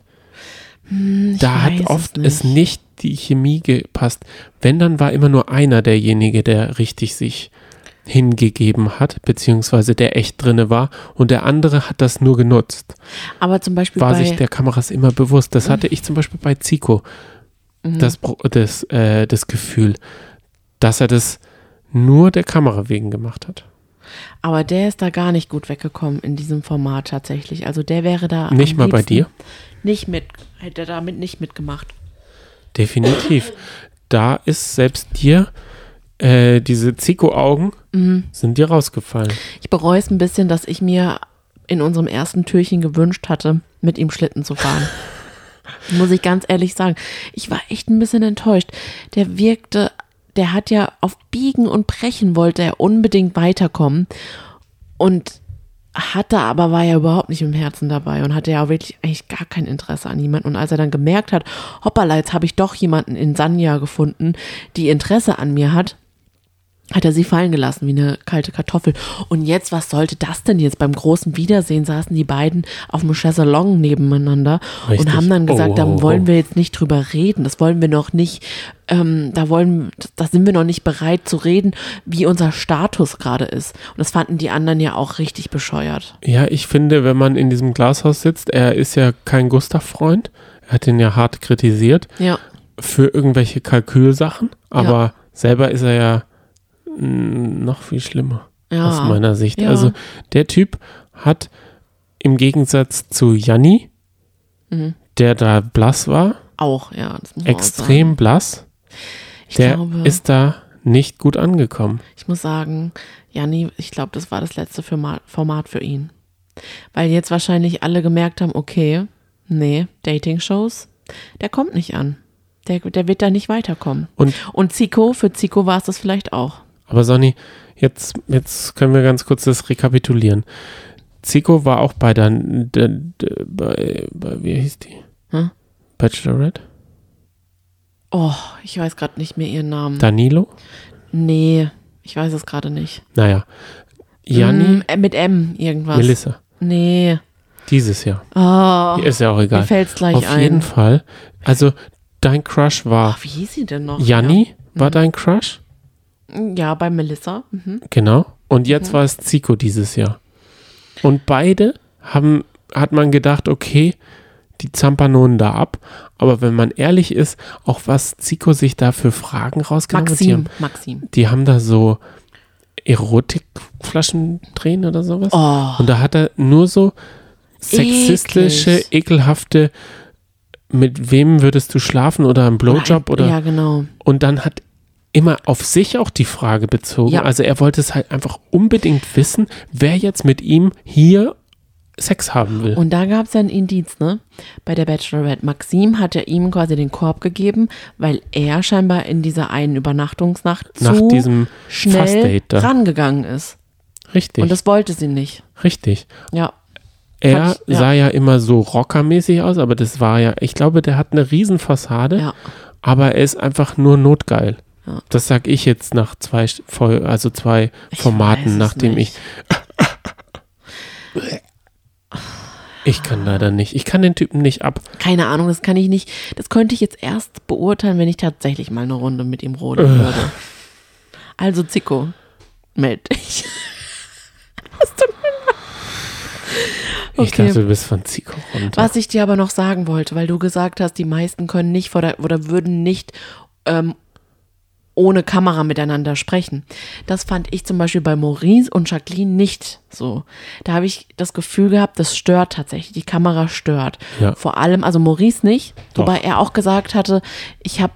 Hm, da hat oft es nicht. es nicht die Chemie gepasst. Wenn, dann war immer nur einer derjenige, der richtig sich hingegeben hat, beziehungsweise der echt drinne war und der andere hat das nur genutzt. Aber zum Beispiel war bei sich der Kameras immer bewusst. Das hatte ich zum Beispiel bei Zico, mhm. das, das, äh, das Gefühl, dass er das nur der Kamera wegen gemacht hat. Aber der ist da gar nicht gut weggekommen in diesem Format tatsächlich. Also der wäre da nicht mal bei dir? Nicht mit, hätte damit nicht mitgemacht. Definitiv. Da ist selbst dir äh, diese Zico-Augen mhm. sind dir rausgefallen. Ich bereue es ein bisschen, dass ich mir in unserem ersten Türchen gewünscht hatte, mit ihm Schlitten zu fahren. Muss ich ganz ehrlich sagen. Ich war echt ein bisschen enttäuscht. Der wirkte, der hat ja auf Biegen und Brechen wollte er unbedingt weiterkommen und hatte aber, war ja überhaupt nicht im Herzen dabei und hatte ja auch wirklich eigentlich gar kein Interesse an jemanden. Und als er dann gemerkt hat, hoppala, jetzt habe ich doch jemanden in Sanja gefunden, die Interesse an mir hat, hat er sie fallen gelassen wie eine kalte Kartoffel. Und jetzt, was sollte das denn jetzt? Beim großen Wiedersehen saßen die beiden auf dem Chaiselong nebeneinander Richtig. Und haben dann gesagt, oh, da wollen wir jetzt nicht drüber reden. Das wollen wir noch nicht, ähm, da wollen, da sind wir noch nicht bereit zu reden, wie unser Status gerade ist. Und das fanden die anderen ja auch richtig bescheuert. Ja, ich finde, wenn man in diesem Glashaus sitzt, er ist ja kein Gustav-Freund. Er hat ihn ja hart kritisiert. Ja. Für irgendwelche Kalkülsachen. Aber ja. selber ist er ja noch viel schlimmer ja. aus meiner Sicht. Ja. Also der Typ hat im Gegensatz zu Janni, mhm. der da blass war, auch, ja, das muss extrem auch blass, ich der glaube, ist da nicht gut angekommen. Ich muss sagen, Janni, ich glaube, das war das letzte Format für ihn. Weil jetzt wahrscheinlich alle gemerkt haben, okay, nee, Dating-Shows, der kommt nicht an. Der, der wird da nicht weiterkommen. Und, Und Zico, für Zico war es das vielleicht auch. Aber Sonny, jetzt, jetzt können wir ganz kurz das rekapitulieren. Zico war auch bei der, der, der bei, bei, wie hieß die? Hm? Bachelorette? Oh, ich weiß gerade nicht mehr ihren Namen. Danilo? Nee, ich weiß es gerade nicht. Naja, Janni? Mm, mit M irgendwas. Melissa? Nee. Dieses Jahr. Oh, ist ja auch egal. Mir fällt's gleich Auf ein. jeden Fall. Also, dein Crush war... Oh, wie hieß sie denn noch? Janni ja. war mhm. dein Crush? Ja, bei Melissa. Mhm. Genau. Und jetzt mhm. war es Zico dieses Jahr. Und beide haben, hat man gedacht, okay, die Zampanonen da ab. Aber wenn man ehrlich ist, auch was Zico sich da für Fragen rausgenommen hat. Maxim, Maxim. Die haben da so Erotikflaschen drehen oder sowas. Oh. Und da hat er nur so sexistische, Eklig. ekelhafte, mit wem würdest du schlafen oder einen Blowjob oder. Ja, genau. Und dann hat immer auf sich auch die Frage bezogen. Ja. Also er wollte es halt einfach unbedingt wissen, wer jetzt mit ihm hier Sex haben will. Und da gab es ja ein Indiz, ne? Bei der Bachelorette. Maxim hat ja ihm quasi den Korb gegeben, weil er scheinbar in dieser einen Übernachtungsnacht Nach zu diesem schnell rangegangen ist. Richtig. Und das wollte sie nicht. Richtig. Ja. Er ich, ja. sah ja immer so rockermäßig aus, aber das war ja, ich glaube, der hat eine Riesenfassade, ja. aber er ist einfach nur notgeil. Ja. Das sag ich jetzt nach zwei, also zwei ich Formaten, nachdem nicht. ich Ich kann leider nicht. Ich kann den Typen nicht ab. Keine Ahnung, das kann ich nicht. Das könnte ich jetzt erst beurteilen, wenn ich tatsächlich mal eine Runde mit ihm rodeln äh. würde. Also Zico, meld dich. Was tut mir leid? Ich okay. dachte, du bist von Zico runter. Was ich dir aber noch sagen wollte, weil du gesagt hast, die meisten können nicht vor der, oder würden nicht ähm, ohne Kamera miteinander sprechen. Das fand ich zum Beispiel bei Maurice und Jacqueline nicht so. Da habe ich das Gefühl gehabt, das stört tatsächlich. Die Kamera stört. Ja. Vor allem, also Maurice nicht, Doch. wobei er auch gesagt hatte, ich habe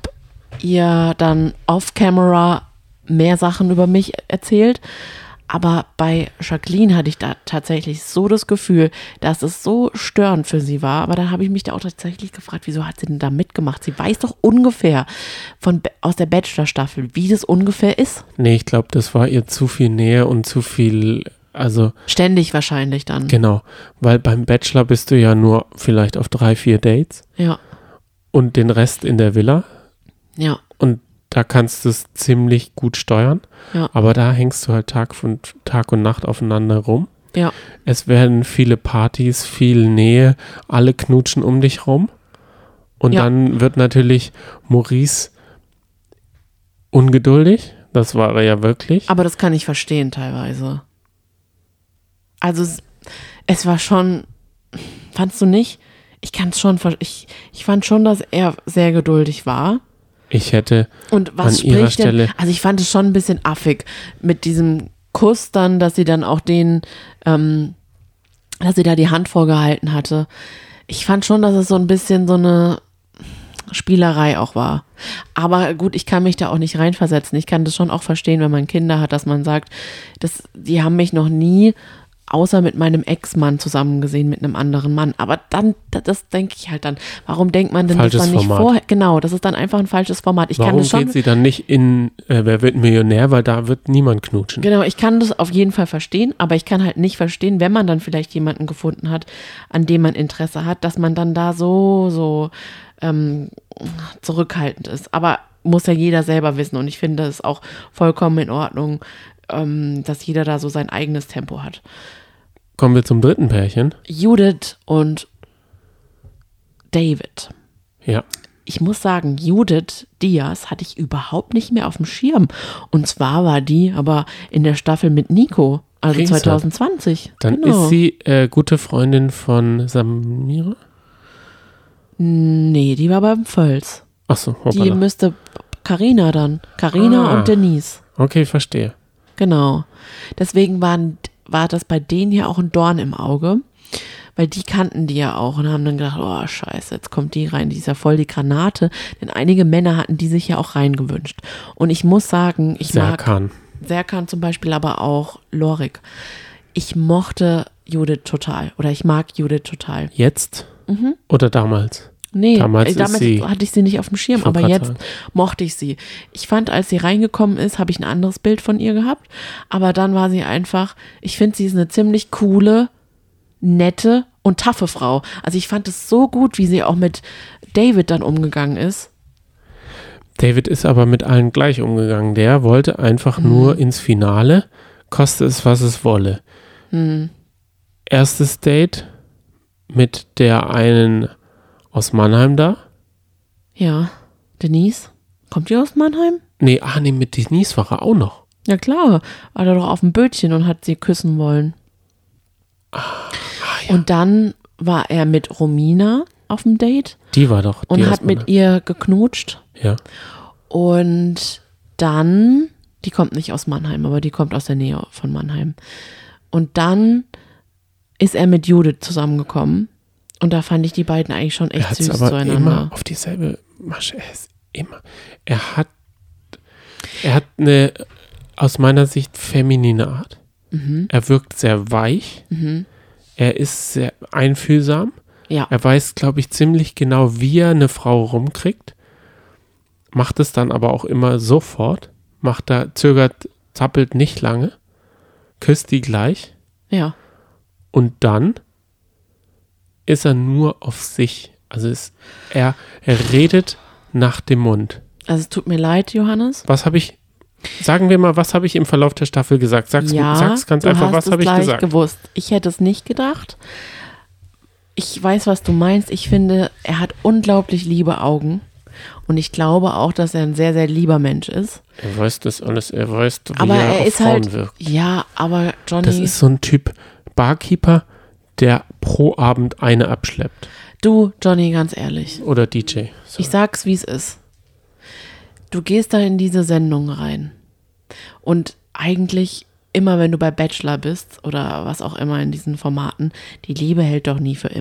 ihr dann off-camera mehr Sachen über mich erzählt. Aber bei Jacqueline hatte ich da tatsächlich so das Gefühl, dass es so störend für sie war. Aber dann habe ich mich da auch tatsächlich gefragt, wieso hat sie denn da mitgemacht? Sie weiß doch ungefähr von, aus der Bachelor-Staffel, wie das ungefähr ist. Nee, ich glaube, das war ihr zu viel Nähe und zu viel, also... Ständig wahrscheinlich dann. Genau, weil beim Bachelor bist du ja nur vielleicht auf drei, vier Dates. Ja. Und den Rest in der Villa. Ja. Und da kannst du es ziemlich gut steuern. Ja. Aber da hängst du halt Tag, von, Tag und Nacht aufeinander rum. Ja. Es werden viele Partys, viel Nähe, alle knutschen um dich rum. Und Ja. dann wird natürlich Maurice ungeduldig. Das war er ja wirklich. Aber das kann ich verstehen teilweise. Also es, es war schon, fandst du nicht? Ich kann es schon, ver- ich, ich fand schon, dass er sehr geduldig war. Ich hätte Und was an ihrer spricht denn, Stelle... also ich fand es schon ein bisschen affig mit diesem Kuss dann, dass sie dann auch den, ähm, dass sie da die Hand vorgehalten hatte. Ich fand schon, dass es so ein bisschen so eine Spielerei auch war. Aber gut, ich kann mich da auch nicht reinversetzen. Ich kann das schon auch verstehen, wenn man Kinder hat, dass man sagt, das, die haben mich noch nie außer mit meinem Ex-Mann zusammen gesehen, mit einem anderen Mann. Aber dann, das, das denke ich halt dann, warum denkt man denn Falsches das dann nicht Format. vorher? Genau, das ist dann einfach ein falsches Format. Ich kann Warum das schon, geht sie dann nicht in äh, Wer wird Millionär, weil da wird niemand knutschen. genau, ich kann das auf jeden Fall verstehen, aber ich kann halt nicht verstehen, wenn man dann vielleicht jemanden gefunden hat, an dem man Interesse hat, dass man dann da so, so ähm, zurückhaltend ist. Aber muss ja jeder selber wissen und ich finde es auch vollkommen in Ordnung, ähm, dass jeder da so sein eigenes Tempo hat. Kommen wir zum dritten Pärchen. Judith und David. Ja. Ich muss sagen, Judith Diaz hatte ich überhaupt nicht mehr auf dem Schirm. Und zwar war die aber in der Staffel mit Nico, also Riese. zwanzig zwanzig. Dann Genau. ist sie äh, gute Freundin von Samira. Nee, die war beim Völz. Achso, Die hoppala. müsste Carina dann. Carina Ah. und Denise. Okay, verstehe. Genau. Deswegen waren, war das bei denen ja auch ein Dorn im Auge. Weil die kannten die ja auch und haben dann gedacht, oh scheiße, jetzt kommt die rein, die ist ja voll die Granate. Denn einige Männer hatten die sich ja auch reingewünscht. Und ich muss sagen, ich mag Serkan. Serkan zum Beispiel, aber auch Lorik. Ich mochte Judith total oder ich mag Judith total. Jetzt Mhm. oder damals? Nee, Damals äh, ist damals sie- hatte ich sie nicht auf dem Schirm, Ich wollte aber grad jetzt sagen. mochte ich sie. Ich fand, als sie reingekommen ist, habe ich ein anderes Bild von ihr gehabt, aber dann war sie einfach, ich finde, sie ist eine ziemlich coole, nette und taffe Frau. Also ich fand es so gut, wie sie auch mit David dann umgegangen ist. David ist aber mit allen gleich umgegangen. Der wollte einfach Mhm. nur ins Finale, koste es, was es wolle. Hm. Erstes Date mit der einen aus Mannheim da. Ja, Denise, kommt die aus Mannheim? Nee, ah nee, mit Denise war er auch noch. Ja klar, war er doch auf dem Bötchen und hat sie küssen wollen. Und dann war er mit Romina auf dem Date Die war doch. und die hat aus mit ihr geknutscht. Mannheim. Ja. Und dann, die kommt nicht aus Mannheim, aber die kommt aus der Nähe von Mannheim. Und dann ist er mit Judith zusammengekommen. Und da fand ich die beiden eigentlich schon Er echt hat süß es aber zueinander. immer auf dieselbe Masche. Er ist immer. Er hat. Er hat eine aus meiner Sicht feminine Art. Mhm. Er wirkt sehr weich. Mhm. Er ist sehr einfühlsam. Ja, Er weiß, glaube ich, ziemlich genau, wie er eine Frau rumkriegt. Macht es dann aber auch immer sofort. Macht da, zögert, zappelt nicht lange. Küsst die gleich. ja. Und dann ist er nur auf sich. Also es, er, er redet nach dem Mund. Also es tut mir leid, Johannes. Was habe ich, sagen wir mal, was habe ich im Verlauf der Staffel gesagt? Sag's, Ja, sag's ganz du einfach, hast was es habe ich gleich gesagt? gewusst. Ich hätte es nicht gedacht. Ich weiß, was du meinst. Ich finde, er hat unglaublich liebe Augen. Und ich glaube auch, dass er ein sehr, sehr lieber Mensch ist. Er weiß das alles, er weiß, wie Aber er, er auf ist Frauen halt, wirkt. ja, aber Johnny, Das ist so ein Typ Barkeeper, der pro Abend eine abschleppt. du, Johnny, ganz ehrlich. Oder D J. So. Ich sag's, wie es ist. Du gehst da in diese Sendung rein. Und eigentlich immer, wenn du bei Bachelor bist oder was auch immer in diesen Formaten, die Liebe hält doch nie für immer.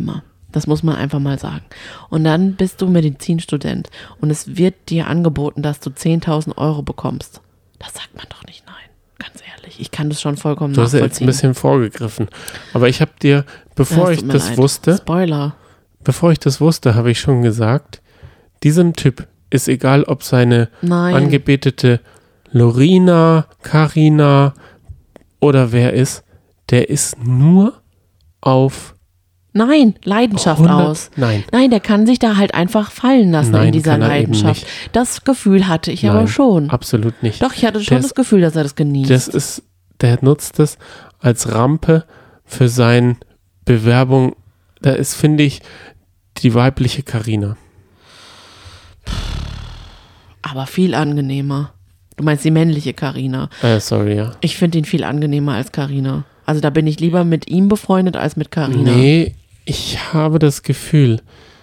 Das muss man einfach mal sagen. Und dann bist du Medizinstudent und es wird dir angeboten, dass du zehntausend Euro bekommst. Das sagt man doch nicht nein. Ganz ehrlich, ich kann das schon vollkommen Du hast nachvollziehen. ja jetzt ein bisschen vorgegriffen. Aber ich habe dir, bevor Ja, ich tut mir das leid. wusste, Spoiler. bevor ich das wusste, habe ich schon gesagt, diesem Typ ist egal, ob seine Nein. angebetete Lorina, Carina oder wer ist, der ist nur auf Nein, Leidenschaft hundert aus. Nein. Nein, der kann sich da halt einfach fallen lassen Nein, in dieser kann er eben Leidenschaft. nicht. Das Gefühl hatte ich Nein, aber schon. Absolut nicht. Doch, ich hatte schon Der das ist- Gefühl, dass er das genießt. Das ist, der nutzt es als Rampe für seine Bewerbung. Da ist, finde ich, die weibliche Carina. aber viel angenehmer. Du meinst die männliche Carina. Äh, sorry, ja. Ich finde ihn viel angenehmer als Carina. Also da bin ich lieber mit ihm befreundet als mit Carina. Nee, ich habe das Gefühl,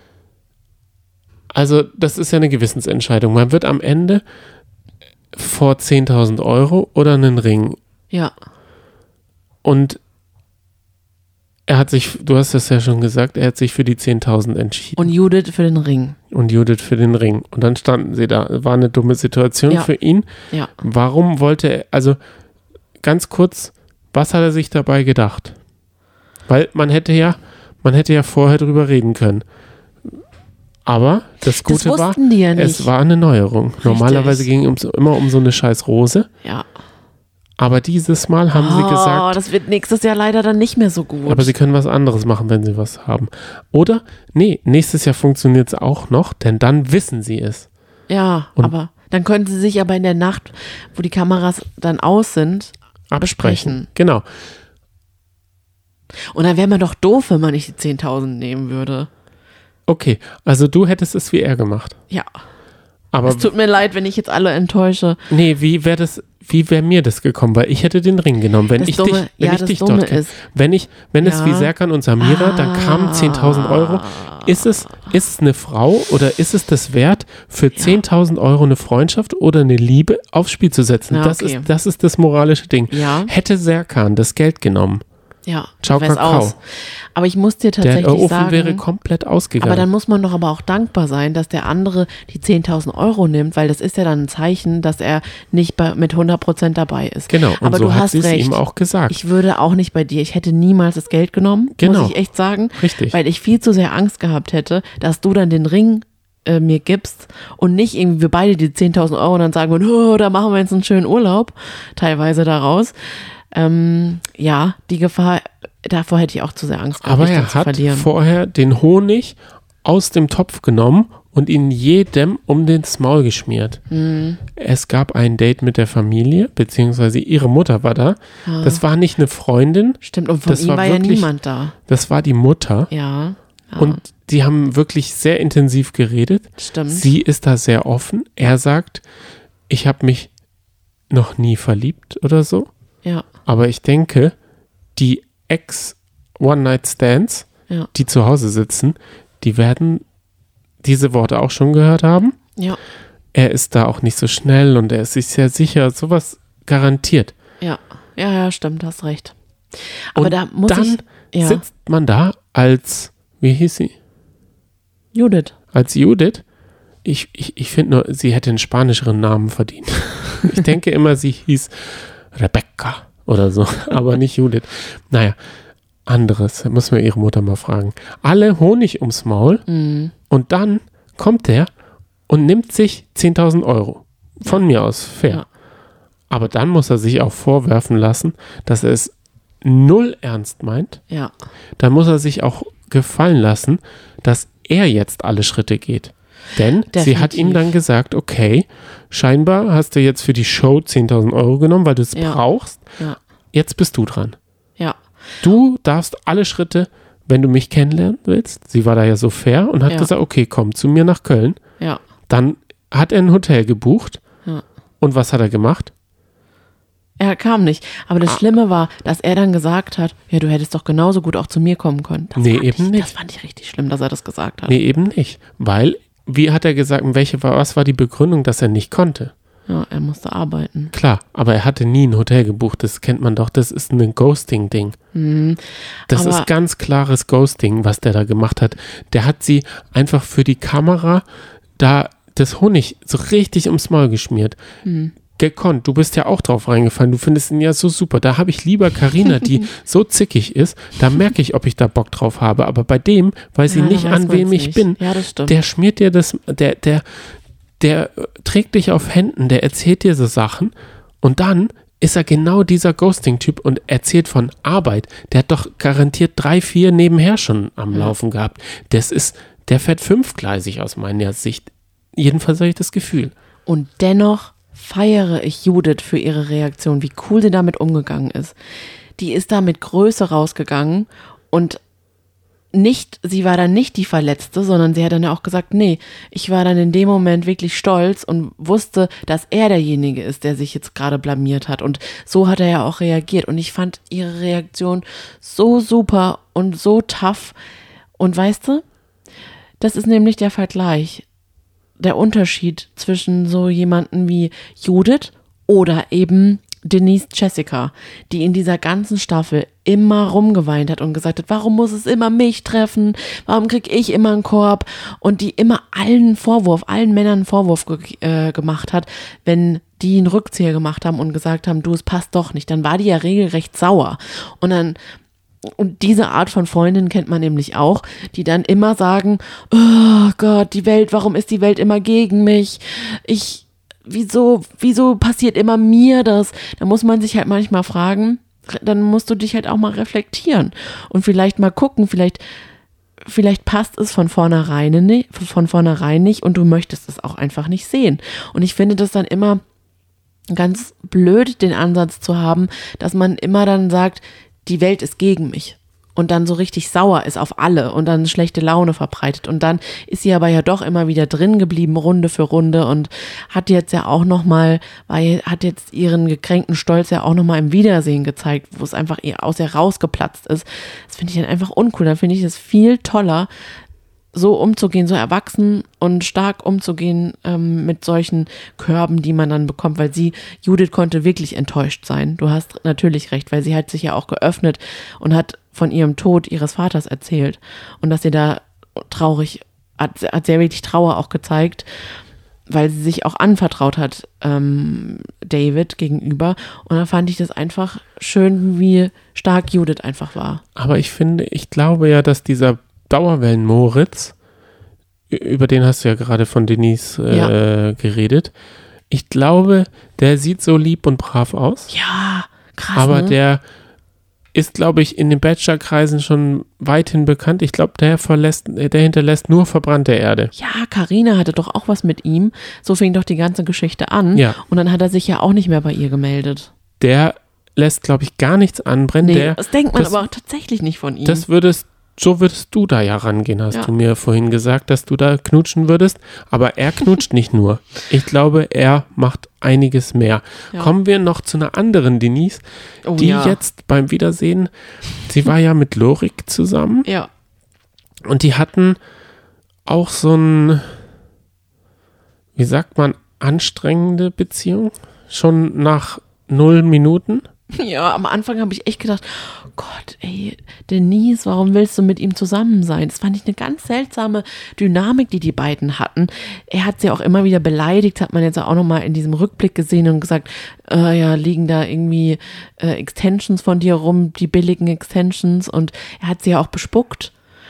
also das ist ja eine Gewissensentscheidung. Man wird am Ende vor zehntausend Euro oder einen Ring. Ja, Und er hat sich, du hast es ja schon gesagt, er hat sich für die zehntausend entschieden. und Judith für den Ring. Und Judith für den Ring. Und dann standen sie da. War eine dumme Situation Ja. für ihn. Ja, Warum wollte er, also ganz kurz, was hat er sich dabei gedacht? Weil man hätte ja, man hätte ja vorher drüber reden können. Aber das Gute das war, wussten die ja nicht. es war eine Neuerung. Normalerweise ging es immer um so eine scheiß Rose. ja. Aber dieses Mal haben oh, sie gesagt, das wird nächstes Jahr leider dann nicht mehr so gut. aber sie können was anderes machen, wenn sie was haben. Oder, nee, nächstes Jahr funktioniert es auch noch, denn dann wissen sie es. ja, Und- aber dann können sie sich aber in der Nacht, wo die Kameras dann aus sind, Absprechen. besprechen. Genau. Und dann wäre man doch doof, wenn man nicht die zehntausend nehmen würde. Okay, also du hättest es wie er gemacht. Ja, Aber es tut mir leid, wenn ich jetzt alle enttäusche. nee, wie wäre das, wie wäre mir das gekommen? Weil ich hätte den Ring genommen, wenn Das ich Dumme- dich, wenn ja, ich das dich Dumme dort kenn- ist- wenn ich, wenn es Ja. wie Serkan und Samira, dann kamen Ah. zehntausend Euro. Ist es, ist es eine Frau oder ist es das wert, für zehntausend Euro eine Freundschaft oder eine Liebe aufs Spiel zu setzen? Ja, das, okay. ist, das ist das moralische Ding. Ja. Hätte Serkan das Geld genommen, Ja, Ciao, wär's Kakao. aus. Aber ich muss dir der tatsächlich Ofen sagen, wäre komplett ausgegangen. aber dann muss man doch aber auch dankbar sein, dass der andere die zehntausend Euro nimmt, weil das ist ja dann ein Zeichen, dass er nicht bei, mit hundert Prozent dabei ist. genau, und aber so du hat hast sie es recht. ihm auch gesagt. Ich würde auch nicht bei dir, ich hätte niemals das Geld genommen, Genau. muss ich echt sagen, Richtig. weil ich viel zu sehr Angst gehabt hätte, dass du dann den Ring äh, mir gibst und nicht irgendwie wir beide die zehntausend Euro und dann sagen wir, oh, da machen wir jetzt einen schönen Urlaub, teilweise daraus. Ähm, ja, die Gefahr, davor hätte ich auch zu sehr Angst gehabt, Aber mich dann er zu hat verlieren. vorher den Honig aus dem Topf genommen und ihn jedem um den Maul geschmiert. Mhm. Es gab ein Date mit der Familie, beziehungsweise ihre Mutter war da. Das war nicht eine Freundin, Stimmt, und von das ihm war war, ja wirklich- niemand da. das war die Mutter. Ja, ja Und die haben wirklich sehr intensiv geredet. stimmt. Sie ist da sehr offen. Er sagt, ich habe mich noch nie verliebt oder so. ja, Aber ich denke, die Ex-One-Night-Stands, ja, die zu Hause sitzen, die werden diese Worte auch schon gehört haben. ja, Er ist da auch nicht so schnell und er ist sich sehr sicher, sowas garantiert. ja, ja, ja, stimmt, hast recht. Aber Und da muss dann ich, ja, sitzt man da als, wie hieß sie? Judith. Als Judith. Ich, ich, ich finde nur, sie hätte einen spanischeren Namen verdient. Ich denke immer, sie hieß Rebecca oder so, aber nicht Judith. Naja, anderes, da muss man ihre Mutter mal fragen. Alle Honig ums Maul Mhm. und dann kommt der und nimmt sich zehntausend Euro. Von mir aus, fair. Ja. Aber dann muss er sich auch vorwerfen lassen, dass er es null ernst meint. Ja, Dann muss er sich auch gefallen lassen, dass er jetzt alle Schritte geht. Denn sie hat ihm Definitiv. dann gesagt, okay, scheinbar hast du jetzt für die Show zehntausend Euro genommen, weil du es Ja. brauchst. ja, Jetzt bist du dran. ja, Du darfst alle Schritte, wenn du mich kennenlernen willst. Sie war da ja so fair und hat Ja. gesagt, okay, komm zu mir nach Köln. ja, Dann hat er ein Hotel gebucht. ja. Und was hat er gemacht? Er kam nicht. Aber das Schlimme war, dass er dann gesagt hat, ja, du hättest doch genauso gut auch zu mir kommen können. Das Nee, fand eben ich, nicht. Das fand ich richtig schlimm, dass er das gesagt hat. Nee, eben nicht. Weil, wie hat er gesagt, welche war, was war die Begründung, dass er nicht konnte? Ja, er musste arbeiten. Klar, aber er hatte nie ein Hotel gebucht, das kennt man doch, das ist ein Ghosting-Ding. Mhm. Das Aber ist ganz klares Ghosting, was der da gemacht hat. Der hat sie einfach für die Kamera da das Honig so richtig ums Maul geschmiert. Mhm. Gekonnt, du bist ja auch drauf reingefallen, du findest ihn ja so super. Da habe ich lieber Carina, die so zickig ist, da merke ich, ob ich da Bock drauf habe. Aber bei dem weiß Ja, ich nicht, da weiß an wem man's ich nicht. bin. Ja, das stimmt. Der schmiert dir das, der, der, der trägt dich auf Händen, der erzählt dir so Sachen und dann ist er genau dieser Ghosting-Typ und erzählt von Arbeit. Der hat doch garantiert drei, vier nebenher schon am Ja. Laufen gehabt. Das ist, der fährt fünfgleisig aus meiner Sicht. Jedenfalls habe ich das Gefühl. Und dennoch feiere ich Judith für ihre Reaktion, wie cool sie damit umgegangen ist. Die ist da mit Größe rausgegangen und nicht, sie war dann nicht die Verletzte, sondern sie hat dann ja auch gesagt, nee, ich war dann in dem Moment wirklich stolz und wusste, dass er derjenige ist, der sich jetzt gerade blamiert hat. Und so hat er ja auch reagiert. Und ich fand ihre Reaktion so super und so tough. Und weißt du, das ist nämlich der Vergleich, der Unterschied zwischen so jemanden wie Judith oder eben Denise Jessica, die in dieser ganzen Staffel immer rumgeweint hat und gesagt hat, warum muss es immer mich treffen? Warum krieg ich immer einen Korb? Und die immer allen Vorwurf, allen Männern einen Vorwurf ge- äh, gemacht hat, wenn die einen Rückzieher gemacht haben und gesagt haben, du, es passt doch nicht. Dann war die ja regelrecht sauer. Und dann Und diese Art von Freundin kennt man nämlich auch, die dann immer sagen, oh Gott, die Welt, warum ist die Welt immer gegen mich? Ich, wieso, wieso passiert immer mir das? Da muss man sich halt manchmal fragen, dann musst du dich halt auch mal reflektieren und vielleicht mal gucken, vielleicht, vielleicht passt es von vornherein nicht, von vornherein nicht und du möchtest es auch einfach nicht sehen. Und ich finde das dann immer ganz blöd, den Ansatz zu haben, dass man immer dann sagt, die Welt ist gegen mich und dann so richtig sauer ist auf alle und dann schlechte Laune verbreitet und dann ist sie aber ja doch immer wieder drin geblieben, Runde für Runde und hat jetzt ja auch nochmal, hat jetzt ihren gekränkten Stolz ja auch nochmal im Wiedersehen gezeigt, wo es einfach ihr aus ihr rausgeplatzt ist. Das finde ich dann einfach uncool, da finde ich es viel toller, so umzugehen, so erwachsen und stark umzugehen ähm, mit solchen Körben, die man dann bekommt, weil sie, Judith konnte wirklich enttäuscht sein. Du hast natürlich recht, weil sie hat sich ja auch geöffnet und hat von ihrem Tod ihres Vaters erzählt und dass sie da traurig, hat, hat sehr wirklich Trauer auch gezeigt, weil sie sich auch anvertraut hat, ähm, David gegenüber und da fand ich das einfach schön, wie stark Judith einfach war. Aber ich finde, ich glaube ja, dass dieser Dauerwellen-Moritz, über den hast du ja gerade von Denise äh, Ja. geredet. Ich glaube, der sieht so lieb und brav aus. Ja, krass, Aber ne? der ist, glaube ich, in den Bachelor-Kreisen schon weithin bekannt. Ich glaube, der verlässt, der hinterlässt nur verbrannte Erde. Ja, Carina hatte doch auch was mit ihm. So fing doch die ganze Geschichte an. Ja. Und dann hat er sich ja auch nicht mehr bei ihr gemeldet. Der lässt, glaube ich, gar nichts anbrennen. Nee, der, das denkt man das, aber auch tatsächlich nicht von ihm. Das würdest, so würdest du da ja rangehen, hast Ja. du mir vorhin gesagt, dass du da knutschen würdest. Aber er knutscht nicht nur. Ich glaube, er macht einiges mehr. Ja. Kommen wir noch zu einer anderen Denise, Oh, die ja. jetzt beim Wiedersehen, sie war ja mit Lorik zusammen Ja, und die hatten auch so ein, wie sagt man, anstrengende Beziehung. Schon nach null Minuten. ja, am Anfang habe ich echt gedacht, oh Gott, ey, Denise, warum willst du mit ihm zusammen sein? Das fand ich eine ganz seltsame Dynamik, die die beiden hatten. Er hat sie auch immer wieder beleidigt, hat man jetzt auch nochmal in diesem Rückblick gesehen und gesagt, äh, ja, liegen da irgendwie äh, Extensions von dir rum, die billigen Extensions und er hat sie ja auch bespuckt.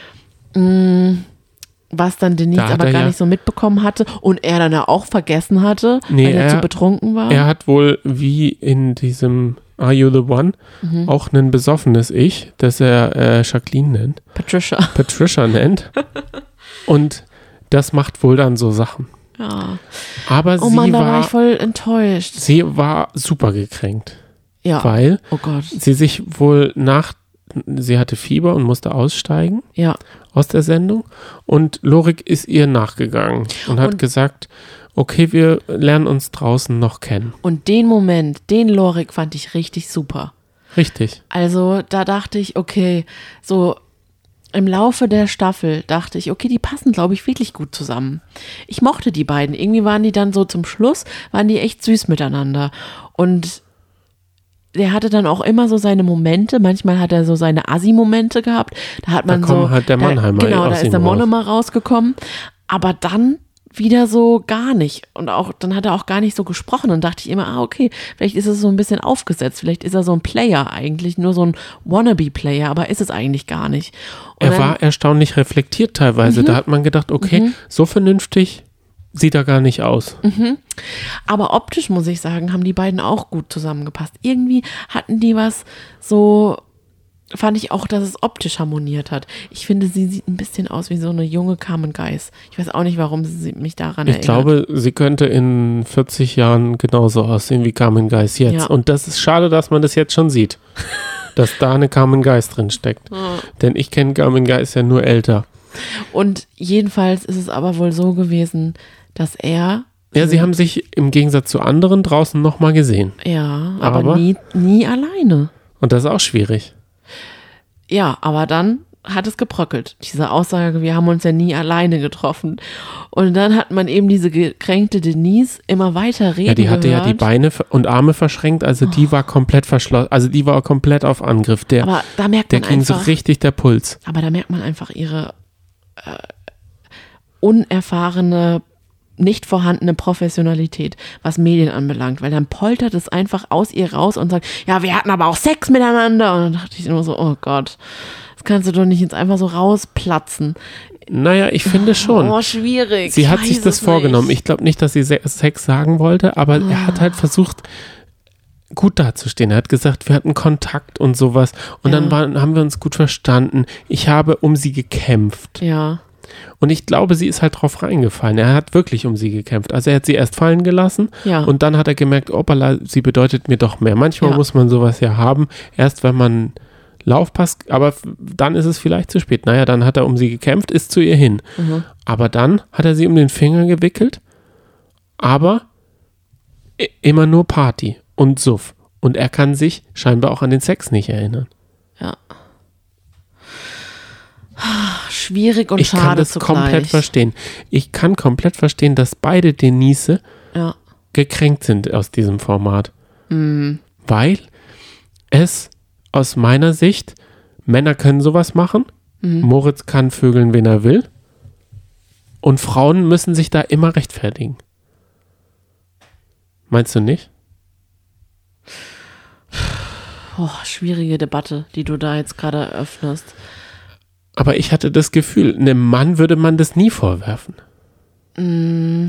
Mm, was dann Denise Da hat aber er gar ja- nicht so mitbekommen hatte und er dann ja auch vergessen hatte, Nee, weil er, er- zu betrunken war. Er hat wohl wie in diesem Are You the One Mhm. auch ein besoffenes Ich, das er äh, Jacqueline nennt, Patricia. Patricia nennt. Und das macht wohl dann so Sachen. Ja. Aber Oh sie, Mann, da war war, ich voll enttäuscht. sie war super gekränkt, Ja. weil Oh Gott. sie sich wohl nach, sie hatte Fieber und musste aussteigen Ja. aus der Sendung und Lorik ist ihr nachgegangen und hat Und- gesagt, okay, wir lernen uns draußen noch kennen. Und den Moment, den Lorik fand ich richtig super. Richtig. Also da dachte ich, okay, so im Laufe der Staffel dachte ich, okay, die passen, glaube ich, wirklich gut zusammen. Ich mochte die beiden. Irgendwie waren die dann so zum Schluss, waren die echt süß miteinander. Und der hatte dann auch immer so seine Momente. Manchmal hat er so seine Assi-Momente gehabt. Da hat man da so. Halt der Mannheimer da, genau, da ist der Monomer raus. rausgekommen. Aber dann wieder so gar nicht. Und auch, dann hat er auch gar nicht so gesprochen. Und dachte ich immer, ah, okay, vielleicht ist es so ein bisschen aufgesetzt. Vielleicht ist er so ein Player eigentlich, nur so ein Wannabe-Player, aber ist es eigentlich gar nicht. Und er dann, war erstaunlich reflektiert teilweise. Mhm. Da hat man gedacht, okay, Mhm. so vernünftig sieht er gar nicht aus. Mhm. Aber optisch, muss ich sagen, haben die beiden auch gut zusammengepasst. Irgendwie hatten die was so, fand ich auch, dass es optisch harmoniert hat. Ich finde, sie sieht ein bisschen aus wie so eine junge Carmen Geis. Ich weiß auch nicht, warum sie mich daran Ich erinnert. glaube, sie könnte in vierzig Jahren genauso aussehen wie Carmen Geis jetzt. Ja. Und das ist schade, dass man das jetzt schon sieht. Dass da eine Carmen Geis drin steckt. Ja. Denn ich kenne Carmen Geis ja nur älter. Und jedenfalls ist es aber wohl so gewesen, dass er. Ja, sie haben sich im Gegensatz zu anderen draußen nochmal gesehen. Ja, aber, Aber- nie, nie alleine. Und das ist auch schwierig. Ja, aber dann hat es gebröckelt. Diese Aussage, wir haben uns ja nie alleine getroffen. Und dann hat man eben diese gekränkte Denise immer weiter reden Ja, die hatte gehört. ja die Beine ver- und Arme verschränkt, also die war komplett verschlossen, also die war komplett auf Angriff. Der, Aber da merkt der man ging so einfach, richtig der Puls. aber da merkt man einfach ihre äh, unerfahrene, nicht vorhandene Professionalität, was Medien anbelangt, weil dann poltert es einfach aus ihr raus und sagt, ja, wir hatten aber auch Sex miteinander. Und dann dachte ich nur so, oh Gott, das kannst du doch nicht jetzt einfach so rausplatzen. Naja, ich finde schon. Oh, schwierig. Sie Ich hat weiß sich das es vorgenommen. nicht. Ich glaube nicht, dass sie Se- Sex sagen wollte, aber er hat halt versucht, gut dazustehen. Er hat gesagt, wir hatten Kontakt und sowas. Und Ja. dann waren, haben wir uns gut verstanden. Ich habe um sie gekämpft. Ja, Und ich glaube, sie ist halt drauf reingefallen. Er hat wirklich um sie gekämpft. Also er hat sie erst fallen gelassen ja. und dann hat er gemerkt, opala, sie bedeutet mir doch mehr. Manchmal Ja. muss man sowas ja haben, erst wenn man Laufpass, aber f- dann ist es vielleicht zu spät. Naja, dann hat er um sie gekämpft, ist zu ihr hin. Mhm. Aber dann hat er sie um den Finger gewickelt, aber i- immer nur Party und Suff. Und er kann sich scheinbar auch an den Sex nicht erinnern. Ja. Schwierig und ich schade kann das zugleich. komplett verstehen. Ich kann komplett verstehen, dass beide Denise Ja. gekränkt sind aus diesem Format. Mhm. Weil es aus meiner Sicht, Männer können sowas machen, Mhm. Moritz kann vögeln, wen er will, und Frauen müssen sich da immer rechtfertigen. Meinst du nicht? Oh, schwierige Debatte, die du da jetzt gerade eröffnest. Aber ich hatte das Gefühl, einem Mann würde man das nie vorwerfen. Mm.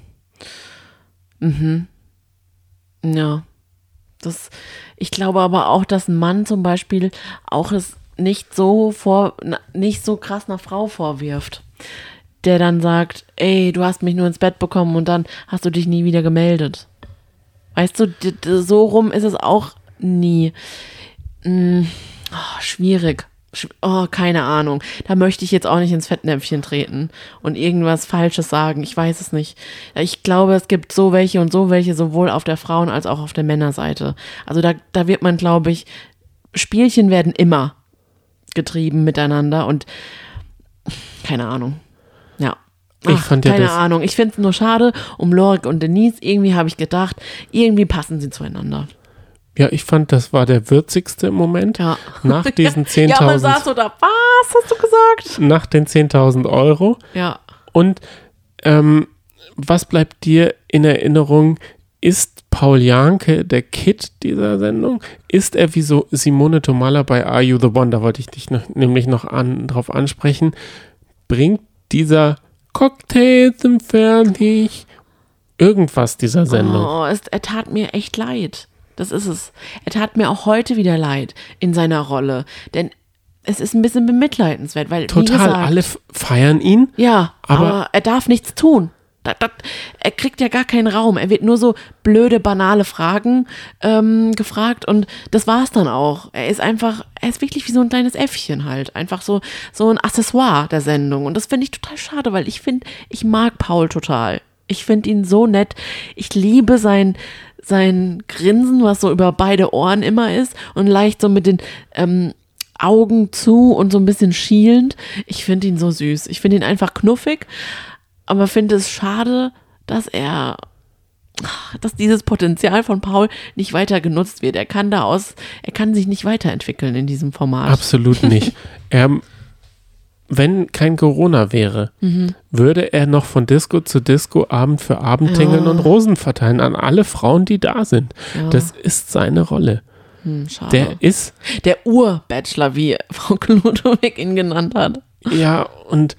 Mhm. Ja. Das, ich glaube aber auch, dass ein Mann zum Beispiel auch es nicht so vor, na, nicht so krass einer Frau vorwirft. Der dann sagt, ey, du hast mich nur ins Bett bekommen und dann hast du dich nie wieder gemeldet. Weißt du, d- d- so rum ist es auch nie. Mm. Oh, schwierig. Sch- Oh, keine Ahnung. Da möchte ich jetzt auch nicht ins Fettnäpfchen treten und irgendwas Falsches sagen. Ich weiß es nicht. Ich glaube, es gibt so welche und so welche, sowohl auf der Frauen- als auch auf der Männerseite. Also da, da wird man, glaube ich, Spielchen werden immer getrieben miteinander und keine Ahnung. Ja. Ich Ach, fand ja keine das- Ahnung. Ich finde es nur schade um Lorik und Denise. Irgendwie habe ich gedacht, irgendwie passen sie zueinander. Ja, ich fand, das war der würzigste Moment. Ja. Nach diesen Ja, man saß zehntausend, so da, was hast du gesagt? nach den zehntausend Euro. Ja. Und ähm, was bleibt dir in Erinnerung? Ist Paul Janke der Kid dieser Sendung? Ist er wie so Simone Tomalla bei Are You the One? Da wollte ich dich noch, nämlich noch an, drauf ansprechen. Bringt dieser Cocktail zum Fertig irgendwas dieser Sendung? Oh, es, er tat mir echt leid. Das ist es. Er tat mir auch heute wieder leid in seiner Rolle. Denn es ist ein bisschen bemitleidenswert, weil, wie Total, gesagt, alle f- feiern ihn. ja, aber- aber, er darf nichts tun. Da, da, er kriegt ja gar keinen Raum. Er wird nur so blöde, banale Fragen ähm, gefragt und das war's dann auch. Er ist einfach, er ist wirklich wie so ein kleines Äffchen halt. Einfach so, so ein Accessoire der Sendung. Und das finde ich total schade, weil ich finde, ich mag Paul total. Ich finde ihn so nett. Ich liebe sein, sein Grinsen, was so über beide Ohren immer ist und leicht so mit den ähm, Augen zu und so ein bisschen schielend. Ich finde ihn so süß. Ich finde ihn einfach knuffig, aber finde es schade, dass er, dass dieses Potenzial von Paul nicht weiter genutzt wird. Er kann da aus, er kann sich nicht weiterentwickeln in diesem Format. Absolut nicht. Er, wenn kein Corona wäre, mhm. würde er noch von Disco zu Disco, Abend für Abend tingeln ja. und Rosen verteilen an alle Frauen, die da sind. Ja. Das ist seine Rolle. Hm, schade. Der ist der Ur-Bachelor, wie Frau Ludwig ihn genannt hat. Ja, und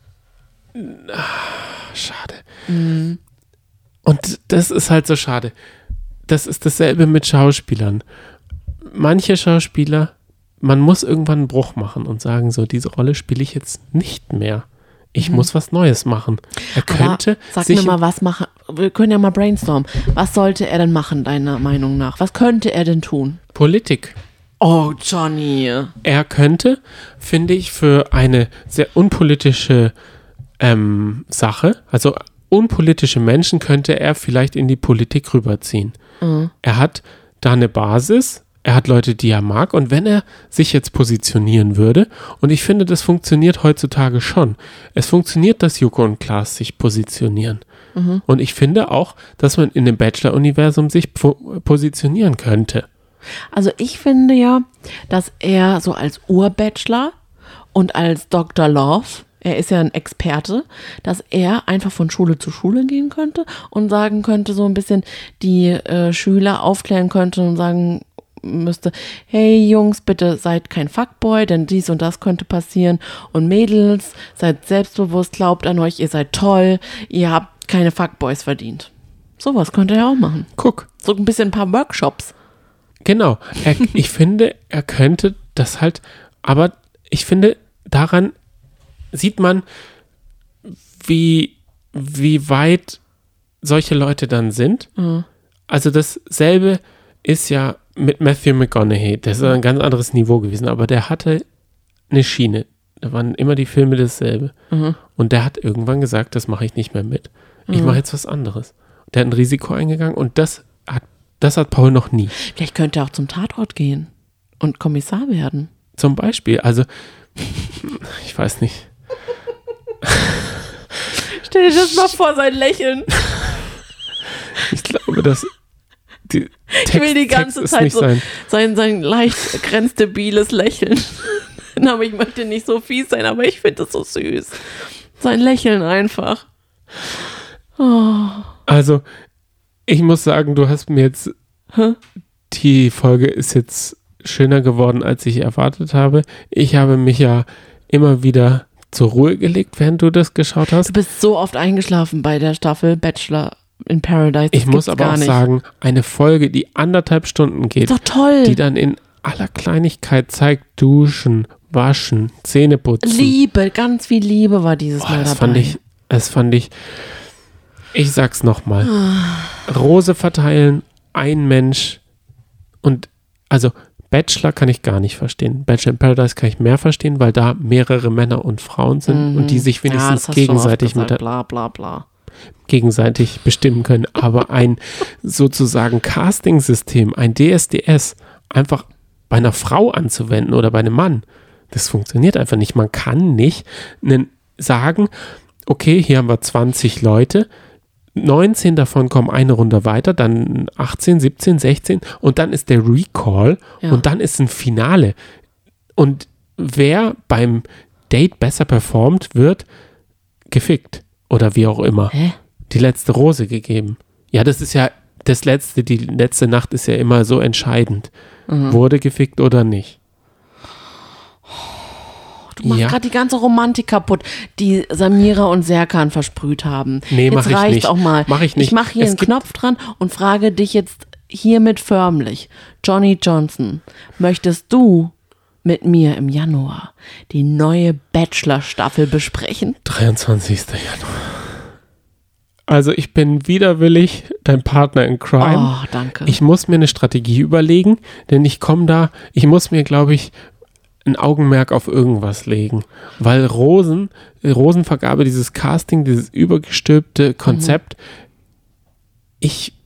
ach, schade. Mhm. Und das ist halt so schade. Das ist dasselbe mit Schauspielern. Manche Schauspieler, man muss irgendwann einen Bruch machen und sagen, so, diese Rolle spiele ich jetzt nicht mehr. Ich mhm. muss was Neues machen. Er könnte Aber sag sich mir mal, was machen, wir können ja mal brainstormen. Was sollte er denn machen, deiner Meinung nach? Was könnte er denn tun? Politik. Oh, Johnny. Er könnte, finde ich, für eine sehr unpolitische ähm, Sache, also unpolitische Menschen könnte er vielleicht in die Politik rüberziehen. Mhm. Er hat da eine Basis, er hat Leute, die er mag, und wenn er sich jetzt positionieren würde, und ich finde, das funktioniert heutzutage schon, es funktioniert, dass Joko und Klaas sich positionieren. Mhm. Und ich finde auch, dass man in dem Bachelor-Universum sich po- positionieren könnte. Also ich finde ja, dass er so als Ur-Bachelor und als Doktor Love, er ist ja ein Experte, dass er einfach von Schule zu Schule gehen könnte und sagen könnte, so ein bisschen die äh, Schüler aufklären könnte und sagen müsste, hey Jungs, bitte seid kein Fuckboy, denn dies und das könnte passieren, und Mädels, seid selbstbewusst, glaubt an euch, ihr seid toll, ihr habt keine Fuckboys verdient. Sowas könnte er auch machen. Guck. So ein bisschen ein paar Workshops. Genau. Er, ich finde, er könnte das halt, aber ich finde, daran sieht man, wie, wie weit solche Leute dann sind. Mhm. Also dasselbe ist ja mit Matthew McConaughey. Das ist ein ganz anderes Niveau gewesen, aber der hatte eine Schiene. Da waren immer die Filme dasselbe. Mhm. Und der hat irgendwann gesagt, das mache ich nicht mehr mit. Ich Mhm. mache jetzt was anderes. Der hat ein Risiko eingegangen und das hat, das hat Paul noch nie. Vielleicht könnte er auch zum Tatort gehen und Kommissar werden. Zum Beispiel, also ich weiß nicht. Stell dir das mal vor, sein Lächeln. Ich glaube, dass die Text, ich will die ganze Text Zeit so sein. sein, sein leicht grenzdebiles Lächeln. Aber ich möchte nicht so fies sein, aber ich finde das so süß. Sein Lächeln einfach. Oh. Also, ich muss sagen, du hast mir jetzt, Hä? die Folge ist jetzt schöner geworden, als ich erwartet habe. Ich habe mich ja immer wieder zur Ruhe gelegt, während du das geschaut hast. Du bist so oft eingeschlafen bei der Staffel Bachelor in Paradise. Das ich muss aber gar auch nicht. sagen, eine Folge, die anderthalb Stunden geht, ist doch toll. die dann in aller Kleinigkeit zeigt, duschen, waschen, Zähne putzen. Liebe, ganz viel Liebe war dieses Oh, Mal das dabei. fand ich, das fand ich, ich sag's nochmal, Rose verteilen, ein Mensch, und also Bachelor kann ich gar nicht verstehen. Bachelor in Paradise kann ich mehr verstehen, weil da mehrere Männer und Frauen sind Mhm. und die sich wenigstens ja, das hast du gegenseitig schon oft mit gesagt, bla bla bla. gegenseitig bestimmen können. Aber ein sozusagen Casting-System, ein D S D S, einfach bei einer Frau anzuwenden oder bei einem Mann, das funktioniert einfach nicht. Man kann nicht einen sagen, okay, hier haben wir zwanzig Leute, neunzehn davon kommen eine Runde weiter, dann achtzehn, siebzehn, sechzehn und dann ist der Recall Ja. und dann ist ein Finale. Und wer beim Date besser performt, wird gefickt oder wie auch immer. Hä? Die letzte Rose gegeben. Ja, das ist ja das letzte, die letzte Nacht ist ja immer so entscheidend. Mhm. Wurde gefickt oder nicht. Du machst Ja. gerade die ganze Romantik kaputt, die Samira und Serkan versprüht haben. Nee, mach jetzt ich reicht nicht. auch mal. Mach ich nicht. Ich mache hier Es einen gibt- Knopf dran und frage dich jetzt hiermit förmlich. Johnny Johnson, möchtest du mit mir im Januar die neue Bachelor-Staffel besprechen? dreiundzwanzigsten Januar. Also ich bin widerwillig dein Partner in Crime. Oh, danke. Ich muss mir eine Strategie überlegen, denn ich komme da, ich muss mir, glaube ich, ein Augenmerk auf irgendwas legen. Weil Rosen, Rosenvergabe, dieses Casting, dieses übergestülpte Konzept, ich,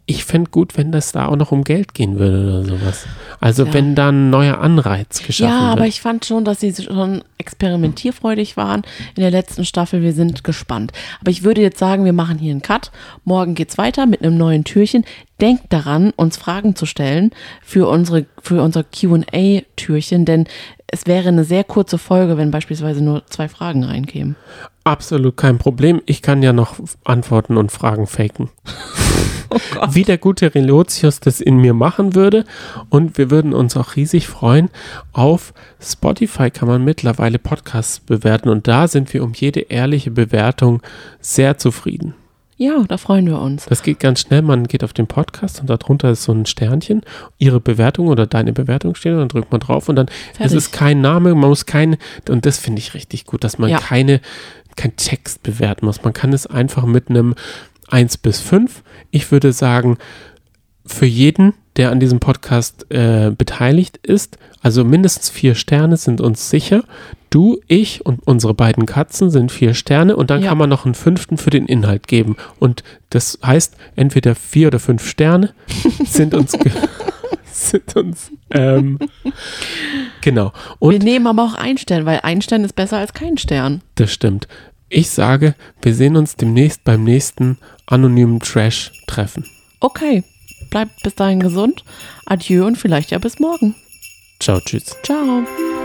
ich fände gut, wenn das da auch noch um Geld gehen würde oder sowas. Also Ja. wenn da ein neuer Anreiz geschaffen Ja, wird. aber ich fand schon, dass sie schon experimentierfreudig waren in der letzten Staffel. Wir sind gespannt. Aber ich würde jetzt sagen, wir machen hier einen Cut. Morgen geht's weiter mit einem neuen Türchen. Denkt daran, uns Fragen zu stellen für unsere, für unser Q und A-Türchen, denn es wäre eine sehr kurze Folge, wenn beispielsweise nur zwei Fragen reinkämen. Absolut kein Problem. Ich kann ja noch antworten und Fragen faken. Oh Gott. Wie der gute Relotius das in mir machen würde. Und wir würden uns auch riesig freuen. Auf Spotify kann man mittlerweile Podcasts bewerten und da sind wir um jede ehrliche Bewertung sehr zufrieden. Ja, da freuen wir uns. Das geht ganz schnell. Man geht auf den Podcast und darunter ist so ein Sternchen. Ihre Bewertung oder deine Bewertung steht und dann drückt man drauf und dann Fertig. ist es kein Name. Man muss keine, und das finde ich richtig gut, dass man Ja. keine, kein Text bewerten muss. Man kann es einfach mit einem eins bis fünf. Ich würde sagen, für jeden, der an diesem Podcast äh, beteiligt ist, also mindestens vier Sterne sind uns sicher. Du, ich und unsere beiden Katzen sind vier Sterne und dann Ja. kann man noch einen fünften für den Inhalt geben. Und das heißt, entweder vier oder fünf Sterne sind uns, ge- sind uns ähm, genau. Und wir nehmen aber auch einen Stern, weil ein Stern ist besser als kein Stern. das stimmt. Ich sage, wir sehen uns demnächst beim nächsten anonymen Trash-Treffen. Okay, bleibt bis dahin gesund. Adieu und vielleicht ja bis morgen. Ciao, tschüss. Ciao.